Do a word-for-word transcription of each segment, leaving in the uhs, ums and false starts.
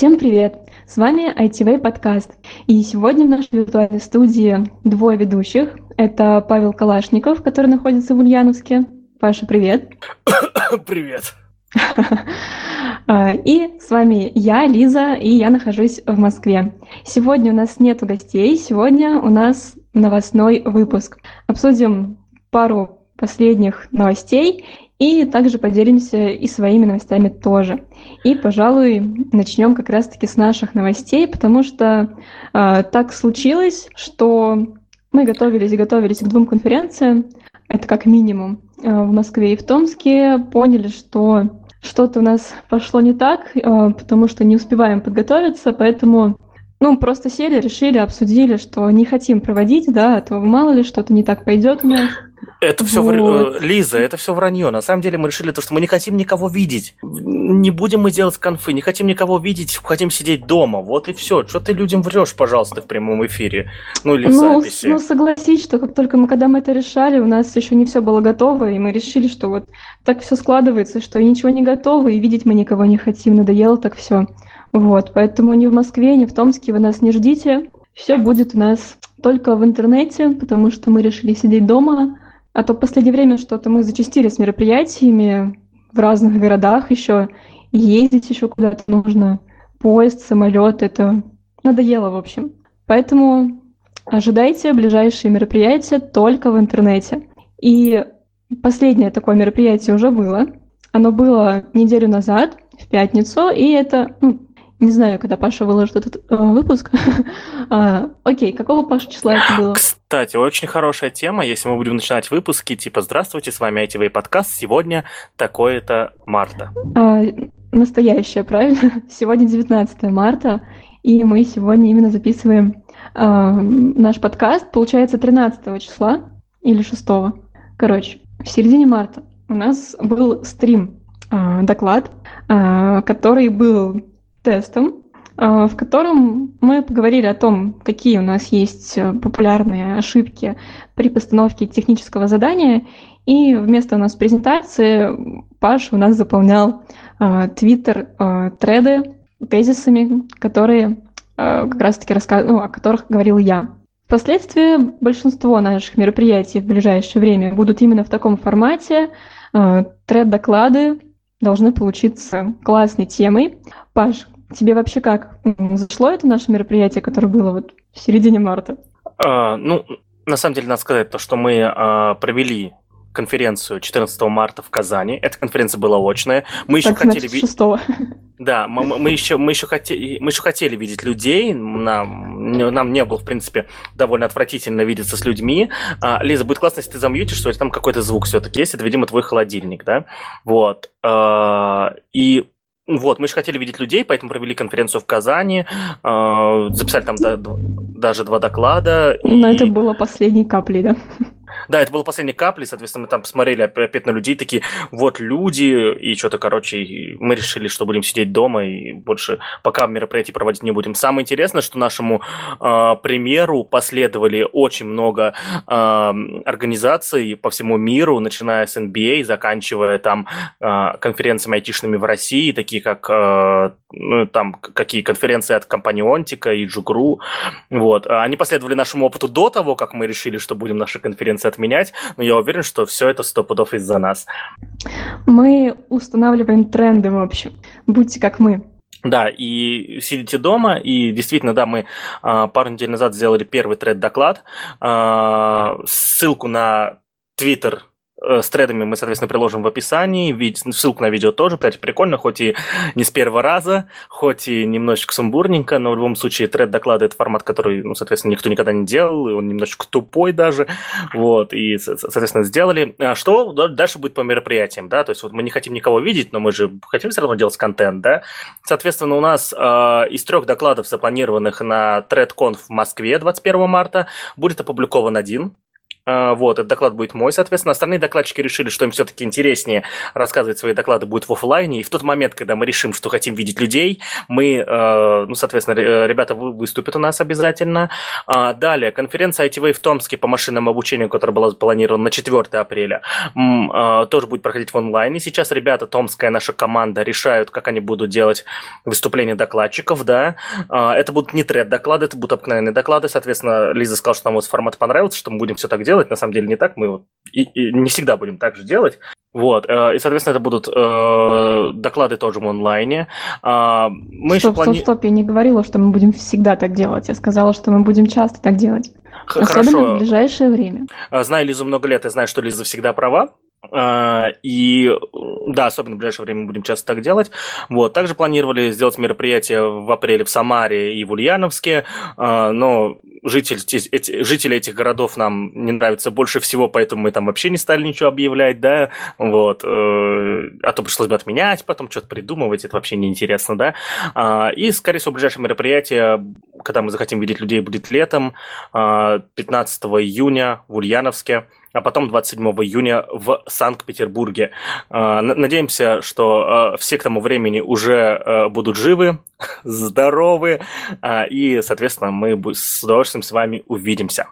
Всем привет! С вами ай ти вей подкаст. И сегодня в нашей виртуальной студии двое ведущих. Это Павел Калашников, который находится в Ульяновске. Паша, привет! Привет! И с вами я, Лиза, и я нахожусь в Москве. Сегодня у нас нет гостей, сегодня у нас новостной выпуск. Обсудим пару последних новостей и также поделимся и своими новостями тоже. И, пожалуй, начнем как раз-таки с наших новостей, потому что э, так случилось, что мы готовились и готовились к двум конференциям, это как минимум, э, в Москве и в Томске, поняли, что что-то у нас пошло не так, э, потому что не успеваем подготовиться, поэтому ну, просто сели, решили, обсудили, что не хотим проводить, да, а то мало ли что-то не так пойдет у нас. Это все Вот. вр... Лиза, это все вранье. На самом деле мы решили то, что мы не хотим никого видеть. Не будем мы делать конфы, не хотим никого видеть, хотим сидеть дома. Вот и все. Что ты людям врешь, пожалуйста, в прямом эфире? Ну или в Ну, записи. ну, согласись, что как только мы, когда мы это решали, у нас еще не все было готово, и мы решили, что вот так все складывается, что и ничего не готово, и видеть мы никого не хотим, надоело так все. Вот, поэтому ни в Москве, ни в Томске вы нас не ждите. Все будет у нас только в интернете, потому что мы решили сидеть дома. А то в последнее время что-то мы зачастили с мероприятиями в разных городах еще. Ездить еще куда-то нужно. Поезд, самолет, это надоело, в общем. Поэтому ожидайте ближайшие мероприятия только в интернете. И последнее такое мероприятие уже было. Оно было неделю назад, в пятницу, и это... Ну, не знаю, когда Паша выложит этот э, выпуск. а, окей, какого, Паша, числа это было? Кстати, очень хорошая тема, если мы будем начинать выпуски, типа «Здравствуйте, с вами ай ти вей подкаст, сегодня такое-то марта». А, настоящее, правильно? Сегодня девятнадцатое марта, и мы сегодня именно записываем а, наш подкаст, получается, тринадцатого числа или шестого. Короче, в середине марта у нас был стрим, а, доклад, а, который был тестом, в котором мы поговорили о том, какие у нас есть популярные ошибки при постановке технического задания, и вместо у нас презентации Паша у нас заполнял твиттер треды тезисами, которые как раз-таки рассказ... ну, о которых говорил я. Впоследствии большинство наших мероприятий в ближайшее время будут именно в таком формате. Тред-доклады должны получиться классной темой. Паш, тебе вообще как? Зашло это наше мероприятие, которое было вот в середине марта? А, ну, на самом деле, надо сказать то, что мы а, провели конференцию четырнадцатого марта в Казани. Эта конференция была очная. Мы еще так, хотели... значит, шестого. Да, мы, мы, еще, мы, еще хотели, мы еще хотели видеть людей. Нам, нам не было, в принципе, довольно отвратительно видеться с людьми. А, Лиза, будет классно, если ты замьютишь, что там какой-то звук все-таки есть. Это, видимо, твой холодильник, да? Вот. А, и вот, мы же хотели видеть людей, поэтому провели конференцию в Казани. А, записали там да, даже два доклада. Но и... это было последней каплей, да? Да, это было последней каплей, соответственно, мы там посмотрели опять на людей, такие, вот люди, и что-то, короче, мы решили, что будем сидеть дома и больше пока мероприятий проводить не будем. Самое интересное, что нашему э, примеру последовали очень много э, организаций по всему миру, начиная с эн би эй, заканчивая там э, конференциями айтишными в России, такие как, э, ну, там, какие конференции от компании Онтика и Джугру, вот. Они последовали нашему опыту до того, как мы решили, что будем наши конференции отменять, но я уверен, что все это сто пудов из-за нас. Мы устанавливаем тренды, в общем. Будьте как мы. Да, и сидите дома, и действительно, да, мы а, пару недель назад сделали первый тред-доклад. А, ссылку на Твиттер с тредами мы, соответственно, приложим в описании. Ссылку на видео тоже, кстати, прикольно, хоть и не с первого раза, хоть и немножечко сумбурненько, но в любом случае тред-доклады – это формат, который, ну, соответственно, никто никогда не делал, и он немножечко тупой даже, вот, и, соответственно, сделали. Что дальше будет по мероприятиям, да, то есть вот мы не хотим никого видеть, но мы же хотим все равно делать контент, да, соответственно, у нас э, из трех докладов, запланированных на ThreadConf в Москве двадцать первого марта, будет опубликован один. А, Вот, этот доклад будет мой, соответственно. Остальные докладчики решили, что им все-таки интереснее рассказывать свои доклады будет в оффлайне. И в тот момент, когда мы решим, что хотим видеть людей, мы, э, ну, соответственно, ре- ребята вы- выступят у нас обязательно. А, Далее, конференция ай ти вей в Томске по машинному обучению, которая была запланирована на четвёртое апреля, м, а, тоже будет проходить в онлайне. Сейчас ребята, томская наша команда, решают, как они будут делать выступления докладчиков, да. А, Это будут не тред-доклады, это будут обыкновенные доклады. Соответственно, Лиза сказала, что нам вот формат понравился, что мы будем все так делать. На самом деле не так, мы вот и, и не всегда будем так же делать. Вот, э, и, соответственно, это будут э, доклады тоже в онлайне. А, Мы еще Стоп, стоп, плани... стоп, я не говорила, что мы будем всегда так делать. Я сказала, что мы будем часто так делать. Х- Особенно в Хорошо, ближайшее время. А, знаю Лизу много лет, я знаю, что Лиза всегда права. А, И э, да, особенно в ближайшее время мы будем часто так делать. Вот. Также планировали сделать мероприятие в апреле в Самаре и в Ульяновске, а, но жители, те- эти- жители этих городов нам не нравятся больше всего, поэтому мы там вообще не стали ничего объявлять, да, вот. э, А то пришлось бы отменять, потом что-то придумывать, это вообще неинтересно, да. А, И, скорее всего, ближайшее мероприятие, когда мы захотим видеть людей, будет летом, а, пятнадцатого июня в Ульяновске, а потом двадцать седьмого июня в Санкт-Петербурге. А, н- Надеемся, что а, все к тому времени уже а, будут живы, здоровы, а, и, соответственно, мы бу- с удовольствием с вами увидимся.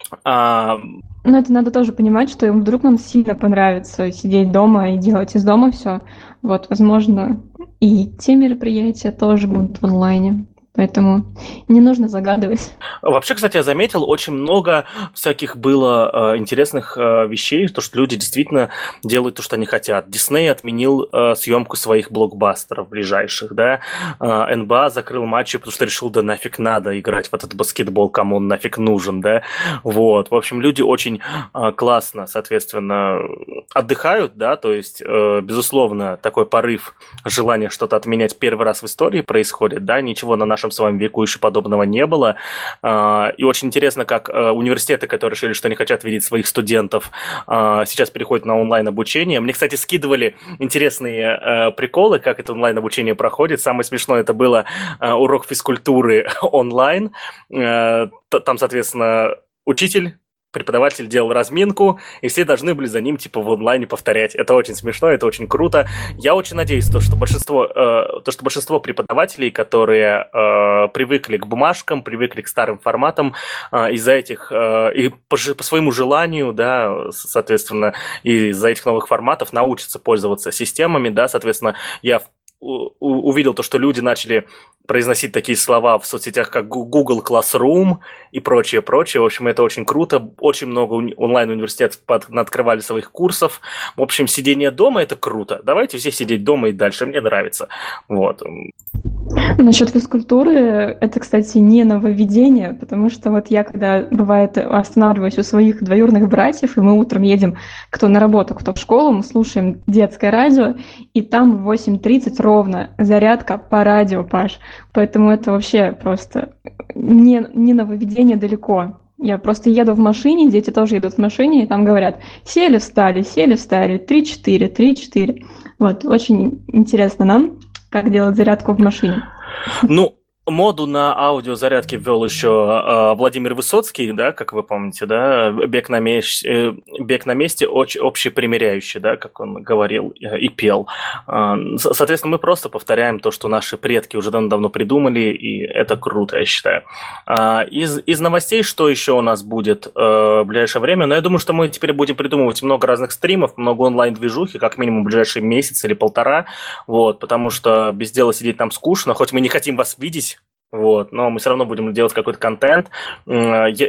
А, Но это надо тоже понимать, что вдруг нам сильно понравится сидеть дома и делать из дома все. Вот, возможно, и те мероприятия тоже будут в онлайне. Поэтому не нужно загадывать. Вообще, кстати, я заметил, очень много всяких было э, интересных э, вещей, то, что люди действительно делают то, что они хотят. Дисней отменил э, съемку своих блокбастеров ближайших, да. Э, эн бэ а закрыл матчи, потому что решил, да нафиг надо играть в этот баскетбол, кому он нафиг нужен, да. Вот, в общем, люди очень э, классно, соответственно, отдыхают, да, то есть, э, безусловно, такой порыв, желание что-то отменять первый раз в истории происходит, да, ничего на нашем с вами веку еще подобного не было. А, И очень интересно, как э, университеты, которые решили, что они хотят видеть своих студентов, а, сейчас переходят на онлайн-обучение. Мне, кстати, скидывали интересные э, приколы, как это онлайн-обучение проходит. Самое смешное это было э, урок физкультуры онлайн. Э, т- Там, соответственно, учитель, преподаватель делал разминку, и все должны были за ним типа в онлайне повторять. Это очень смешно, это очень круто. Я очень надеюсь, то, что большинство, э, то, что большинство преподавателей, которые э, привыкли к бумажкам, привыкли к старым форматам, э, из-за этих, э, и по, жи- по своему желанию, да, с- соответственно, из-за этих новых форматов научатся пользоваться системами, да, соответственно, я в- у- у- увидел то, что люди начали произносить такие слова в соцсетях, как Гу- Google Classroom и прочее, прочее. В общем, это очень круто. Очень много уни- онлайн-университетов под- открывали своих курсов. В общем, сидение дома – это круто. Давайте все сидеть дома и дальше. Мне нравится. Вот. Насчет физкультуры, это, кстати, не нововведение, потому что вот я, когда, бывает, останавливаюсь у своих двоюродных братьев, и мы утром едем кто на работу, кто в школу, мы слушаем детское радио, и там в восемь тридцать ровно зарядка по радио, Паш. Поэтому это вообще просто не, не нововведение далеко. Я просто еду в машине, дети тоже едут в машине, и там говорят, сели, встали, сели, встали, три-четыре, три-четыре. Вот, очень интересно нам, как делать зарядку в машине. Ну, моду на аудиозарядки ввел еще э, Владимир Высоцкий, да, как вы помните, да, бег на, меш... э, бег на месте оч... общепримиряющий, да, как он говорил э, и пел. Э, со- соответственно, мы просто повторяем то, что наши предки уже давно придумали, и это круто, я считаю. А, из, из новостей, что еще у нас будет э, в ближайшее время? Ну, я думаю, что мы теперь будем придумывать много разных стримов, много онлайн-движухи, как минимум в ближайший месяц или полтора, вот, потому что без дела сидеть нам скучно, хоть мы не хотим вас видеть, вот, но мы все равно будем делать какой-то контент, М, я-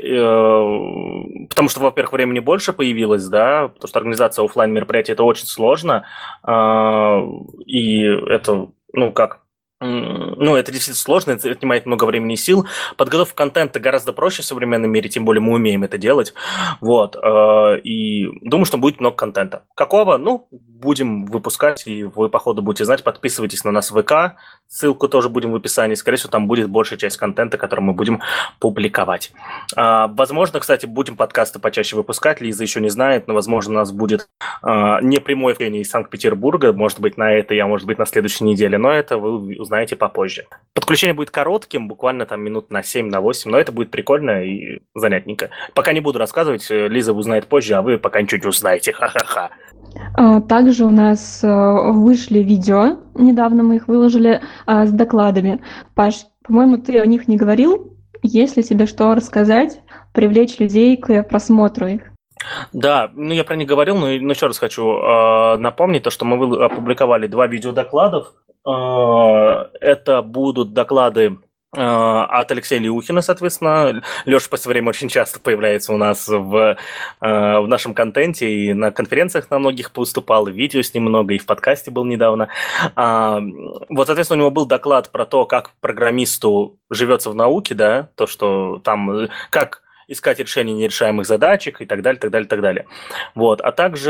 э, потому что, во-первых, времени больше появилось, да, потому что организация оффлайн мероприятий это очень сложно, а, и это, ну как, м, ну это действительно сложно, это отнимает много времени и сил. Подготовка контента гораздо проще в современном мире, тем более мы умеем это делать, вот, э, и думаю, что будет много контента. Какого? Ну, будем выпускать, и вы по ходу будете знать, подписывайтесь на нас в ВК, ссылку тоже будем в описании. Скорее всего, там будет большая часть контента, который мы будем публиковать. А, возможно, кстати, будем подкасты почаще выпускать. Лиза еще не знает, но, возможно, у нас будет а, не прямое общение из Санкт-Петербурга. Может быть, на это, а может быть, на следующей неделе. Но это вы узнаете попозже. Подключение будет коротким, буквально там минут на семь, на восемь, но это будет прикольно и занятненько. Пока не буду рассказывать, Лиза узнает позже, а вы пока ничего не узнаете. Ха-ха-ха. Также у нас вышли видео, недавно мы их выложили с докладами. Паш, по-моему, ты о них не говорил. Есть ли тебе что рассказать, привлечь людей к просмотру их? Да, ну я про них говорил, но, но еще раз хочу э, напомнить то, что мы опубликовали два видеодокладов. Э, это будут доклады э, от Алексея Леухина, соответственно. Леша в последнее время очень часто появляется у нас в, э, в нашем контенте, и на конференциях на многих выступал, и видео с ним много, и в подкасте был недавно. Э, вот, соответственно, у него был доклад про то, как программисту живется в науке, да, то, что там, как искать решение нерешаемых задачек и так далее, так далее, так далее. Вот. А также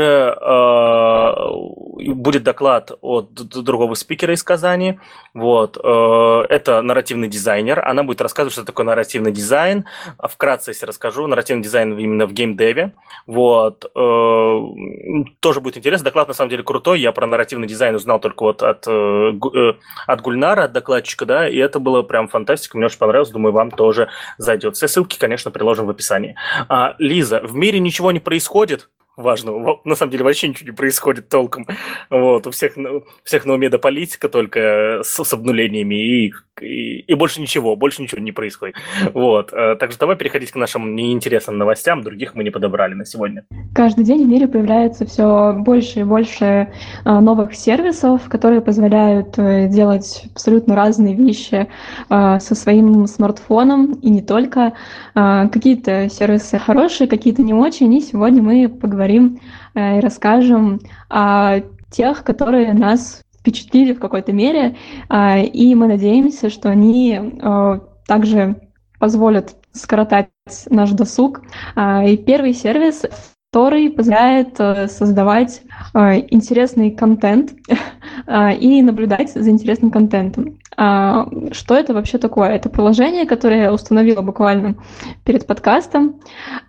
э, будет доклад от другого спикера из Казани. Вот. Э, это нарративный дизайнер. Она будет рассказывать, что такое нарративный дизайн. Вкратце, если расскажу, нарративный дизайн именно в геймдеве. Вот. Э, тоже будет интересно. Доклад на самом деле крутой. Я про нарративный дизайн узнал только вот от, э, от Гульнара, от докладчика, да, и это было прям фантастика. Мне очень понравилось. Думаю, вам тоже зайдет. Все ссылки, конечно, приложим в описании. А, Лиза, в мире ничего не происходит важного. На самом деле вообще ничего не происходит толком. Вот. У всех, у всех на уме да политика только с, с обнулениями и, и, и больше ничего, больше ничего не происходит. Вот. Так что давай переходить к нашим неинтересным новостям. Других мы не подобрали на сегодня. Каждый день в мире появляется все больше и больше новых сервисов, которые позволяют делать абсолютно разные вещи со своим смартфоном и не только. Какие-то сервисы хорошие, какие-то не очень. И сегодня мы поговорим и расскажем о тех, которые нас впечатлили в какой-то мере, и мы надеемся, что они также позволят скоротать наш досуг. И первый сервис, который позволяет создавать интересный контент и наблюдать за интересным контентом. Что это вообще такое? Это приложение, которое я установила буквально перед подкастом.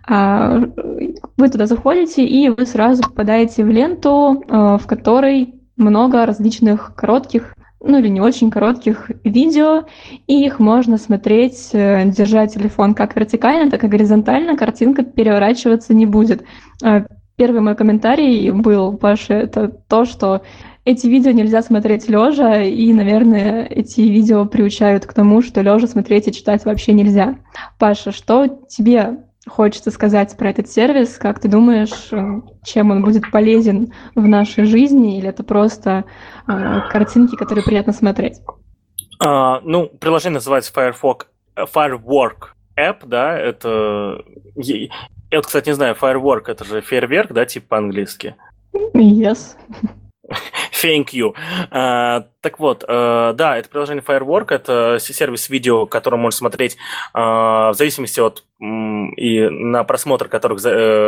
Вы туда заходите, и вы сразу попадаете в ленту, в которой много различных коротких, ну или не очень коротких видео, и их можно смотреть, держа телефон как вертикально, так и горизонтально, картинка переворачиваться не будет. Первый мой комментарий был, Паша, это то, что эти видео нельзя смотреть лежа, и, наверное, эти видео приучают к тому, что лежа смотреть и читать вообще нельзя. Паша, что тебе хочется сказать про этот сервис? Как ты думаешь, чем он будет полезен в нашей жизни, или это просто э, картинки, которые приятно смотреть? Uh, ну, приложение называется Firefox, Firework App, да, это... Я вот, кстати, не знаю, Firework, это же фейерверк, да, типа по-английски? Yes. Thank you. Uh, так вот, uh, да, это приложение Firework, это сервис видео, который можно смотреть uh, в зависимости от um, и на просмотр которых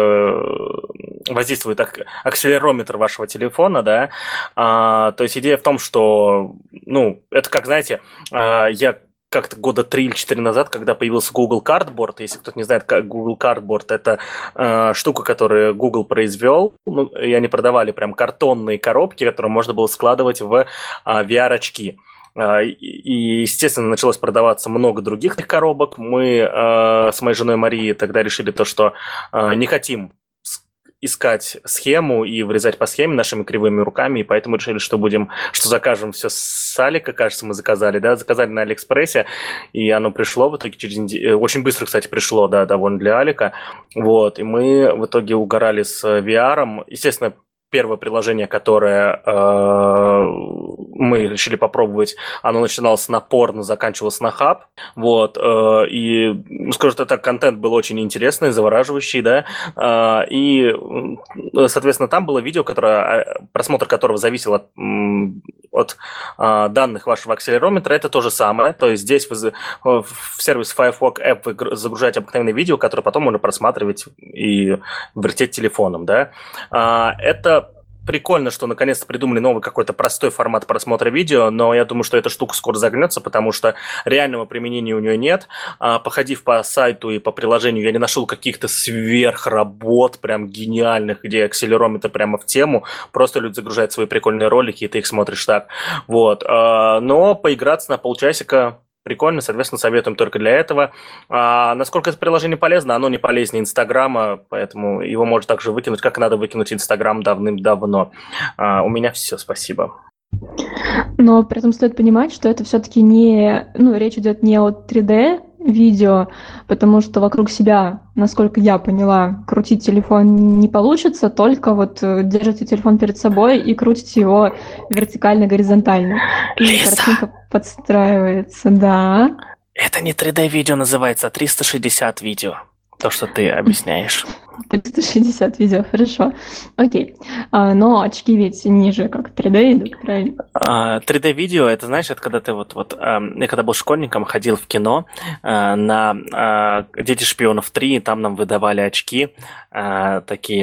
uh, воздействует ак- акселерометр вашего телефона, да. Uh, то есть идея в том, что, ну, это как, знаете, uh, я как-то года три или четыре назад, когда появился Google Cardboard, если кто-то не знает, как Google Cardboard, это э, штука, которую Google произвел, ну, и они продавали прям картонные коробки, которые можно было складывать в э, ви ар-очки. Э, и, естественно, началось продаваться много других коробок. Мы э, с моей женой Марией тогда решили то, что э, не хотим искать схему и врезать по схеме нашими кривыми руками, и поэтому решили, что будем, что закажем все с Алика, кажется, мы заказали, да, заказали на Алиэкспрессе, и оно пришло в итоге через неделю, очень быстро, кстати, пришло, да, довольно для Алика, вот, и мы в итоге угорали с ви ар, естественно, первое приложение, которое э, мы решили попробовать, оно начиналось на порно, заканчивалось на хаб. Вот, э, и скажу, что это контент был очень интересный, завораживающий, да. Э, и, соответственно, там было видео, которое, просмотр которого зависел от, от э, данных вашего акселерометра. Это то же самое. То есть здесь вы, в сервис Firefox App вы загружаете обыкновенное видео, которое потом можно просматривать и вертеть телефоном, да. Э, это прикольно, что наконец-то придумали новый какой-то простой формат просмотра видео, но я думаю, что эта штука скоро загнется, потому что реального применения у нее нет. А, походив по сайту и по приложению, я не нашел каких-то сверхработ, прям гениальных, где акселерометр прямо в тему. Просто люди загружают свои прикольные ролики, и ты их смотришь так. Вот. А, но поиграться на полчасика прикольно, соответственно, советуем только для этого. А насколько это приложение полезно? Оно не полезнее Инстаграма, поэтому его можно также выкинуть, как надо выкинуть Инстаграм давным-давно. А, у меня все, спасибо. Но при этом стоит понимать, что это все-таки не, ну, речь идет не о три дэ видео, потому что вокруг себя, насколько я поняла, крутить телефон не получится, только вот держите телефон перед собой и крутите его вертикально-горизонтально. И Лиза! Картинка подстраивается, да. Это не три дэ-видео называется, а триста шестьдесят видео. То, что ты объясняешь. триста шестьдесят видео, хорошо. Окей. А, но очки ведь ниже как три дэ идут, правильно? А, три дэ-видео, это, знаешь, это когда ты вот... вот а, я когда был школьником, ходил в кино а, на а, «Дети шпионов три», и там нам выдавали очки а, такие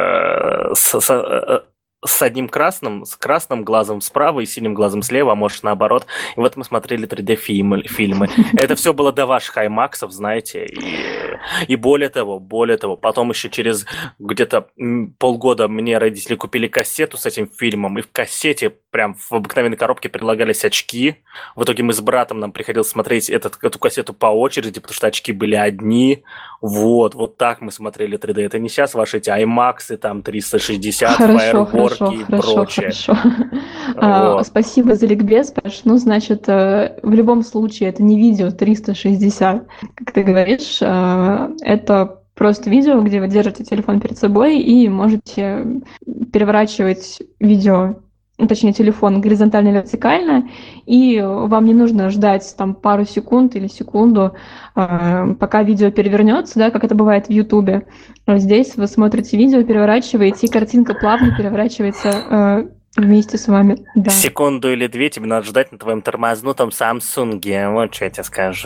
а, с, с, а, с одним красным, с красным глазом справа и синим глазом слева, а может наоборот. И вот мы смотрели три дэ-фильмы. Фильмы. Это все было до ваших аймаксов, знаете. И, и более того, более того, потом еще через где-то полгода мне родители купили кассету с этим фильмом, и в кассете прям в обыкновенной коробке предлагались очки. В итоге мы с братом, нам приходилось смотреть этот, эту кассету по очереди, потому что очки были одни. Вот, вот так мы смотрели три дэ. Это не сейчас ваши эти аймаксы, там триста шестьдесят, фаерворки и хорошо, прочее. Хорошо, Вот. а, спасибо за ликбез, Паш. Ну, значит, в любом случае это не видео триста шестьдесят, как ты говоришь, это просто видео, где вы держите телефон перед собой и можете переворачивать видео, точнее, телефон горизонтально-вертикально, и вам не нужно ждать там пару секунд или секунду, пока видео перевернется, да, как это бывает в Ютубе. Здесь вы смотрите видео, переворачиваете, и картинка плавно переворачивается вместе с вами. Да. Секунду или две тебе надо ждать на твоем тормознутом Самсунге, вот что я тебе скажу.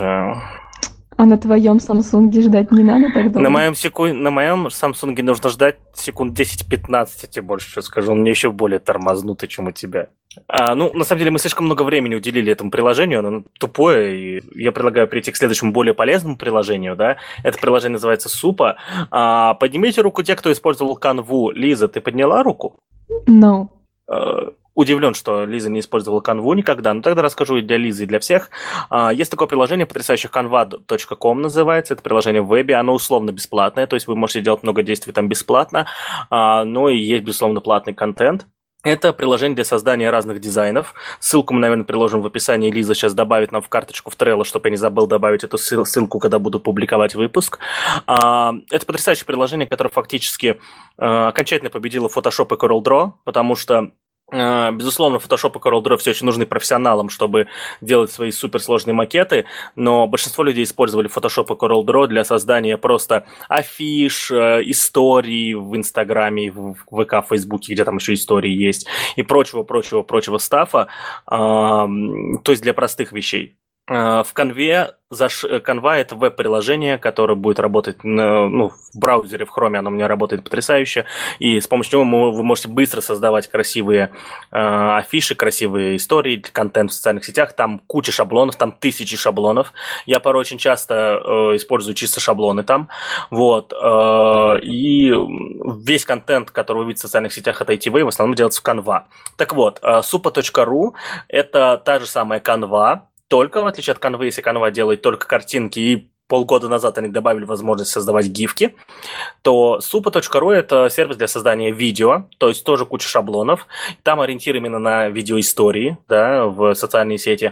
А на твоем Самсунге ждать не надо так долго? На моем, секу... на моем Самсунге нужно ждать секунд десять-пятнадцать, я тебе больше что скажу. Он мне еще более тормознутый, чем у тебя. А, ну, на самом деле, мы слишком много времени уделили этому приложению, оно тупое, и я предлагаю перейти к следующему, более полезному приложению, да. Это приложение называется Супа. А, поднимите руку те, кто использовал Canva. Лиза, ты подняла руку? No. А, удивлен, что Лиза не использовала Canva никогда, но тогда расскажу и для Лизы, и для всех. Есть такое приложение потрясающее, канва точка ком называется, это приложение в вебе, оно условно бесплатное, то есть вы можете делать много действий там бесплатно, но и есть, безусловно, платный контент. Это приложение для создания разных дизайнов. Ссылку мы, наверное, приложим в описании. Лиза сейчас добавит нам в карточку в Trello, чтобы я не забыл добавить эту ссылку, когда буду публиковать выпуск. Это потрясающее приложение, которое фактически окончательно победило Photoshop и CorelDRAW, потому что безусловно, Photoshop и CorelDRAW все еще нужны профессионалам, чтобы делать свои суперсложные макеты, но большинство людей использовали Photoshop и CorelDRAW для создания просто афиш, историй в Инстаграме, в ВК, в Фейсбуке, где там еще истории есть, и прочего-прочего-прочего стафа, то есть для простых вещей. В Canva, Canva это веб-приложение, которое будет работать на, ну, в браузере, в Chrome, оно у меня работает потрясающе, и с помощью него вы можете быстро создавать красивые э, афиши, красивые истории, контент в социальных сетях, там куча шаблонов, там тысячи шаблонов, я порой очень часто э, использую чисто шаблоны там, вот, э, и весь контент, который вы видите в социальных сетях от ай ти ви, в основном делается в Canva. Так вот, э, supa точка ру это та же самая Canva, только, в отличие от Canva, если Canva делает только картинки, и полгода назад они добавили возможность создавать гифки, то supa точка ру это сервис для создания видео, то есть тоже куча шаблонов. Там ориентир именно на видеоистории, да, в социальные сети.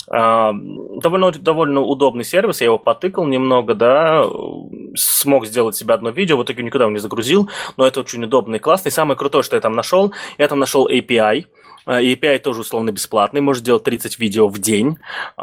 Довольно, довольно удобный сервис, я его потыкал немного, да, смог сделать себе одно видео, в итоге никуда его не загрузил, но это очень удобно и классно. И самое крутое, что я там нашел, я там нашел эй пи ай. эй пи ай тоже условно бесплатный, может делать тридцать видео в день.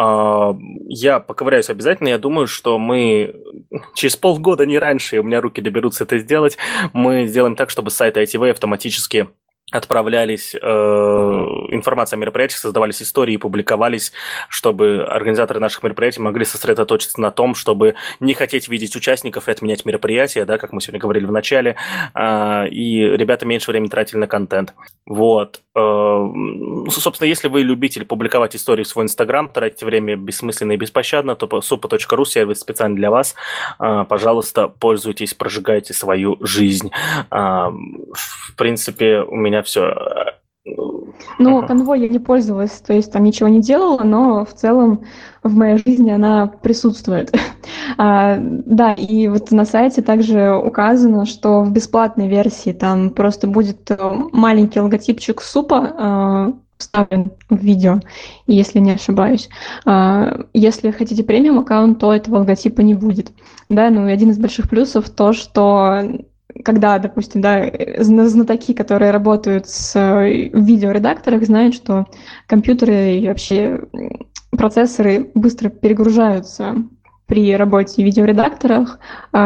Я поковыряюсь обязательно, я думаю, что мы через полгода, не раньше, у меня руки доберутся это сделать, мы сделаем так, чтобы сайты ай ти ви автоматически отправлялись, э, информация о мероприятиях, создавались истории и публиковались, чтобы организаторы наших мероприятий могли сосредоточиться на том, чтобы не хотеть видеть участников и отменять мероприятия, да, как мы сегодня говорили в начале, э, и ребята меньше времени тратили на контент. Вот. Э, собственно, если вы любитель публиковать истории в свой Инстаграм, тратите время бессмысленно и беспощадно, то супа точка ру сервис специально для вас. Э, пожалуйста, пользуйтесь, прожигайте свою жизнь. Э, в принципе, у меня все. Ну, конвой я не пользовалась, то есть там ничего не делала, но в целом в моей жизни она присутствует. а, да, и вот на сайте также указано, что в бесплатной версии там просто будет маленький логотипчик супа а, вставлен в видео, если не ошибаюсь. А, если хотите премиум аккаунт, то этого логотипа не будет. Да, ну и один из больших плюсов то, что когда, допустим, да, знатоки, которые работают с в видеоредакторах, знают, что компьютеры и вообще процессоры быстро перегружаются при работе в видеоредакторах,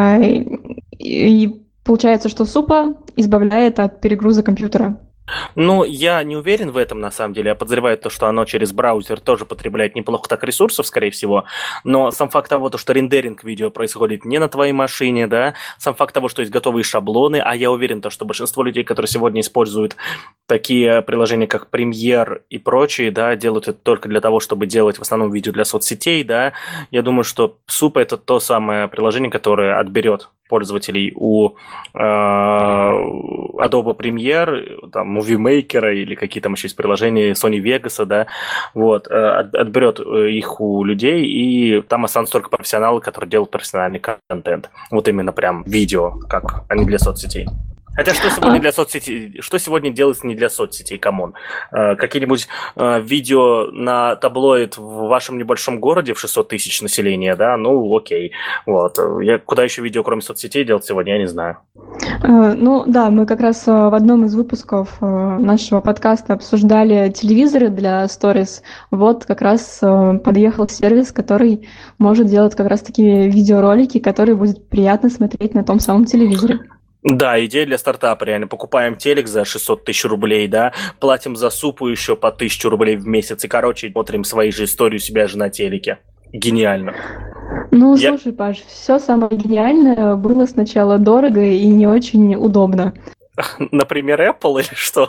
и получается, что супа избавляет от перегруза компьютера. Ну, я не уверен в этом, на самом деле. Я подозреваю то, что оно через браузер тоже потребляет неплохо так ресурсов, скорее всего. Но сам факт того, то, что рендеринг видео происходит не на твоей машине, да, сам факт того, что есть готовые шаблоны, а я уверен, то, что большинство людей, которые сегодня используют такие приложения, как Premiere и прочие, да, делают это только для того, чтобы делать в основном видео для соцсетей, да. Я думаю, что Суп – это то самое приложение, которое отберет пользователей у э, Adobe Premiere, там, Movie Maker или какие там еще есть приложения Sony Vegas, да, вот, э, от, отберет их у людей, и там останутся только профессионалы, которые делают профессиональный контент. Вот именно прям видео, как, а не для соцсетей. Хотя что сегодня для соцсетей, что сегодня делается не для соцсетей, камон? Э, какие-нибудь э, видео на таблоид в вашем небольшом городе в шестьсот тысяч населения, да, ну окей. Вот. Я куда еще видео, кроме соцсетей, делать сегодня, я не знаю. Э, ну да, мы как раз в одном из выпусков э, нашего подкаста обсуждали телевизоры для сторис. Вот как раз э, подъехал сервис, который может делать как раз такие видеоролики, которые будет приятно смотреть на том самом телевизоре. Да, идея для стартапа, реально. Покупаем телек за шестьсот тысяч рублей, да, платим за супу еще по тысячу рублей в месяц, и, короче, смотрим свои же истории у себя же на телеке. Гениально. Ну, Я... слушай, Паш, все самое гениальное было сначала дорого и не очень удобно. Например, Apple или что?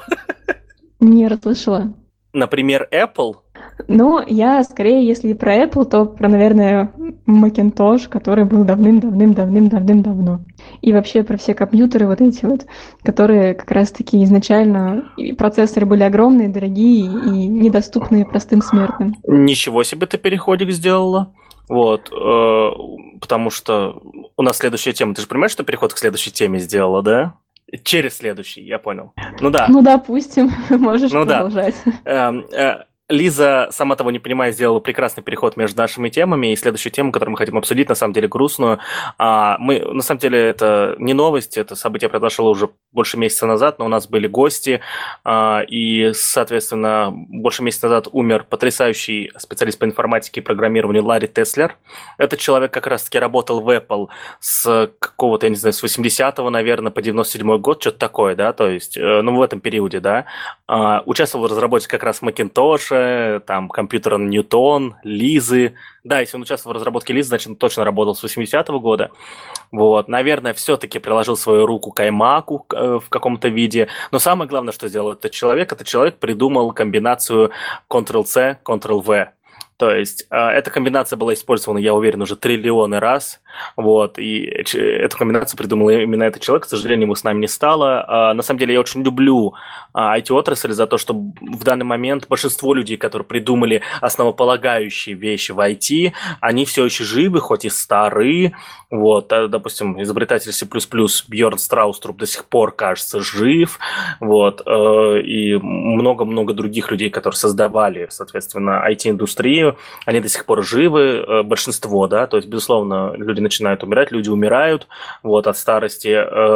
Не расслышала. Например, Apple? Ну, я скорее, если про Apple, то про, наверное, Macintosh, который был давным-давным-давным-давным-давно. И вообще про все компьютеры вот эти вот, которые как раз-таки изначально процессоры были огромные, дорогие и недоступные простым смертным. Ничего себе ты переходик сделала. Вот, э, потому что у нас следующая тема. Ты же понимаешь, что переход к следующей теме сделала, да? Через следующий, я понял. Ну да. Ну, допустим, можешь ну, продолжать. Да. Э, э, Лиза, сама того не понимая, сделала прекрасный переход между нашими темами, и следующую тему, которую мы хотим обсудить, на самом деле грустную. А, мы, на самом деле, это не новость, это событие произошло уже больше месяца назад, но у нас были гости, а, и, соответственно, больше месяца назад умер потрясающий специалист по информатике и программированию Ларри Теслер. Этот человек как раз-таки работал в Apple с какого-то, я не знаю, с восьмидесятого, наверное, по девяносто седьмой год, что-то такое, да, то есть, ну, в этом периоде, да. А, участвовал в разработке как раз Macintosh, там, компьютера Ньютон, Лизы. Да, если он участвовал в разработке Лизы, значит, он точно работал с восьмидесятого года. Вот, наверное, все-таки приложил свою руку к iMac'у в каком-то виде. Но самое главное, что сделал этот человек, этот человек придумал комбинацию контрол-C, контрол-V. То есть э, эта комбинация была использована, я уверен, уже триллионы раз. Вот, и эту комбинацию придумал именно этот человек. К сожалению, его с нами не стало. А, на самом деле, я очень люблю а, ай ти-отрасль за то, что в данный момент большинство людей, которые придумали основополагающие вещи в ай ти, они все еще живы, хоть и старые. Вот, а, допустим, изобретатель C++ Бьорн Страуструп до сих пор, кажется, жив. Вот, э, и много-много других людей, которые создавали, соответственно, ай ти-индустрию, они до сих пор живы, э, большинство, да, то есть, безусловно, люди начинают умирать, люди умирают, вот, от старости,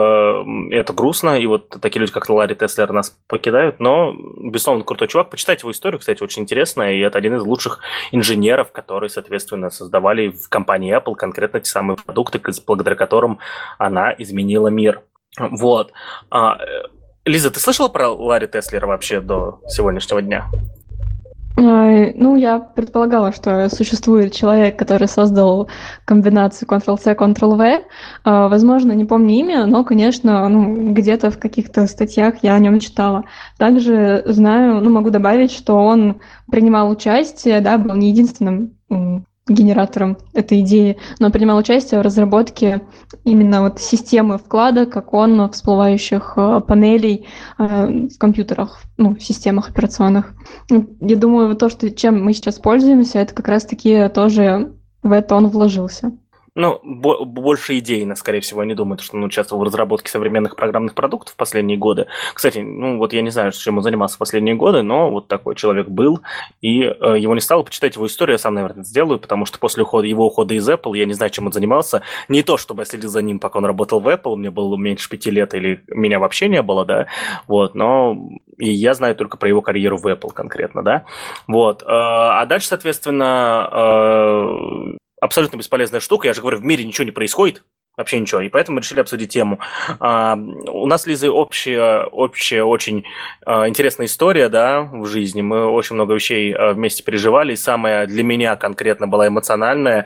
э, это грустно, и вот такие люди, как Ларри Теслер, нас покидают, но, безусловно, крутой чувак. Почитайте его историю, кстати, очень интересная, и это один из лучших инженеров, которые, соответственно, создавали в компании Apple конкретно те самые продукты, благодаря которым она изменила мир. Вот. Лиза, ты слышала про Ларри Теслера вообще до сегодняшнего дня? А, Ну, я предполагала, что существует человек, который создал комбинацию контрол-C, контрол-V. А, Возможно, не помню имя, но, конечно, ну, где-то в каких-то статьях я о нем читала. Также знаю, ну, могу добавить, что он принимал участие, да, был не единственным м, генератором этой идеи, но принимал участие в разработке именно вот системы вкладок, окон, всплывающих э, панелей э, в компьютерах, ну, в системах операционных. Ну, Я думаю, вот то, что, чем мы сейчас пользуемся, это как раз-таки тоже в это он вложился. Ну, бо- больше идейно, скорее всего, я не думаю, что он участвовал в разработке современных программных продуктов в последние годы. Кстати, ну вот я не знаю, чем он занимался в последние годы, но вот такой человек был, и э, его не стало. Почитать его историю я сам, наверное, сделаю, потому что после ухода, его ухода из Apple я не знаю, чем он занимался. Не то, чтобы я следил за ним, пока он работал в Apple, мне было меньше пяти лет или меня вообще не было, да, вот, но и я знаю только про его карьеру в Apple конкретно, да, вот. Э, А дальше, соответственно, э, абсолютно бесполезная штука. Я же говорю, в мире ничего не происходит, вообще ничего. И поэтому мы решили обсудить тему. А, у нас с Лизой общая, общая очень а, интересная история, да, в жизни. Мы очень много вещей а, вместе переживали. И самая для меня конкретно была эмоциональная.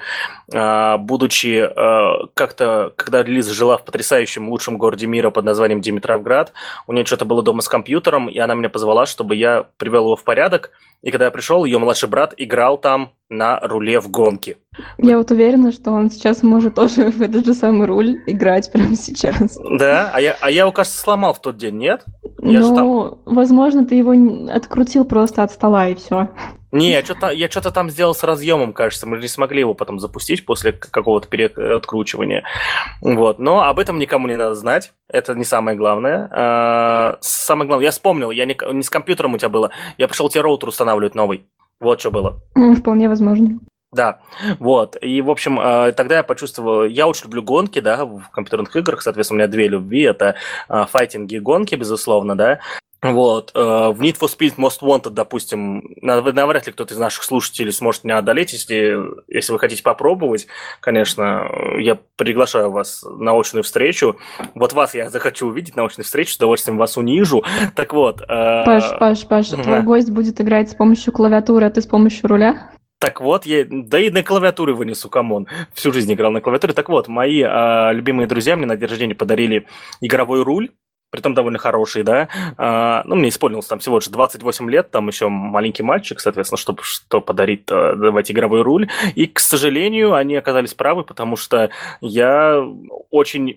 А, будучи а, как-то, когда Лиза жила в потрясающем лучшем городе мира под названием Димитровград, у нее что-то было дома с компьютером, и она меня позвала, чтобы я привел его в порядок. И когда я пришел, ее младший брат играл там на руле в гонки. Я вот уверена, что он сейчас может тоже в этот же самый руль играть прямо сейчас. Да, а я, а я его, кажется, сломал в тот день, нет? Я же там... Но, возможно, ты его н- открутил просто от стола и все. Не, я что-то, я что-то там сделал с разъемом, кажется. Мы же не смогли его потом запустить после к- какого-то переоткручивания. Вот. Но об этом никому не надо знать. Это не самое главное. А, самое главное, я вспомнил, я не, не с компьютером у тебя было. Я пришел тебе роутер устанавливать новый. Вот что было. Вполне возможно. Да, вот, и, в общем, э, тогда я почувствовал, я очень люблю гонки, да, в компьютерных играх, соответственно, у меня две любви, это э, файтинги и гонки, безусловно, да, вот, э, в Need for Speed Most Wanted, допустим, нав- навряд ли кто-то из наших слушателей сможет меня одолеть, если, если вы хотите попробовать, конечно, э, я приглашаю вас на очную встречу, вот вас я захочу увидеть на очной встрече, с удовольствием вас унижу, так вот. э, Паш, Паш, Паш, твой гость будет играть с помощью клавиатуры, а ты с помощью руля? Так вот, я, да и на клавиатуре вынесу, камон. Всю жизнь играл на клавиатуре. Так вот, мои а, любимые друзья мне на день рождения подарили игровой руль, притом довольно хороший, да. А, ну, мне исполнилось там всего лишь двадцать восемь лет, там еще маленький мальчик, соответственно, чтобы что подарить, то давать игровой руль. И, к сожалению, они оказались правы, потому что я очень...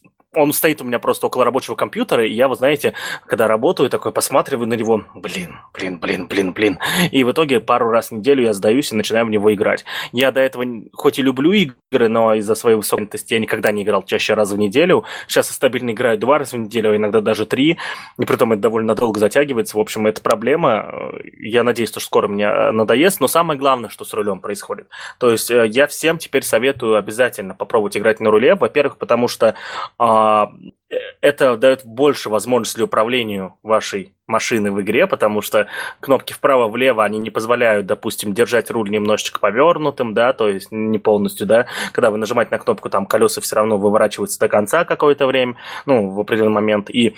Он стоит у меня просто около рабочего компьютера, и я, вы знаете, когда работаю, такой посматриваю на него, блин, блин, блин, блин, блин. И в итоге пару раз в неделю я сдаюсь и начинаю в него играть. Я до этого хоть и люблю игры, но из-за своей высокости я никогда не играл чаще раза в неделю. Сейчас я стабильно играю два раза в неделю, а иногда даже три. И при этом это довольно долго затягивается. В общем, это проблема. Я надеюсь, что скоро мне надоест. Но самое главное, что с рулем происходит. То есть я всем теперь советую обязательно попробовать играть на руле. Во-первых, потому что это дает больше возможностей для управления вашей машины в игре, потому что кнопки вправо-влево, они не позволяют, допустим, держать руль немножечко повернутым, да, то есть не полностью, да, когда вы нажимаете на кнопку, там колеса все равно выворачиваются до конца какое-то время, ну, в определенный момент, и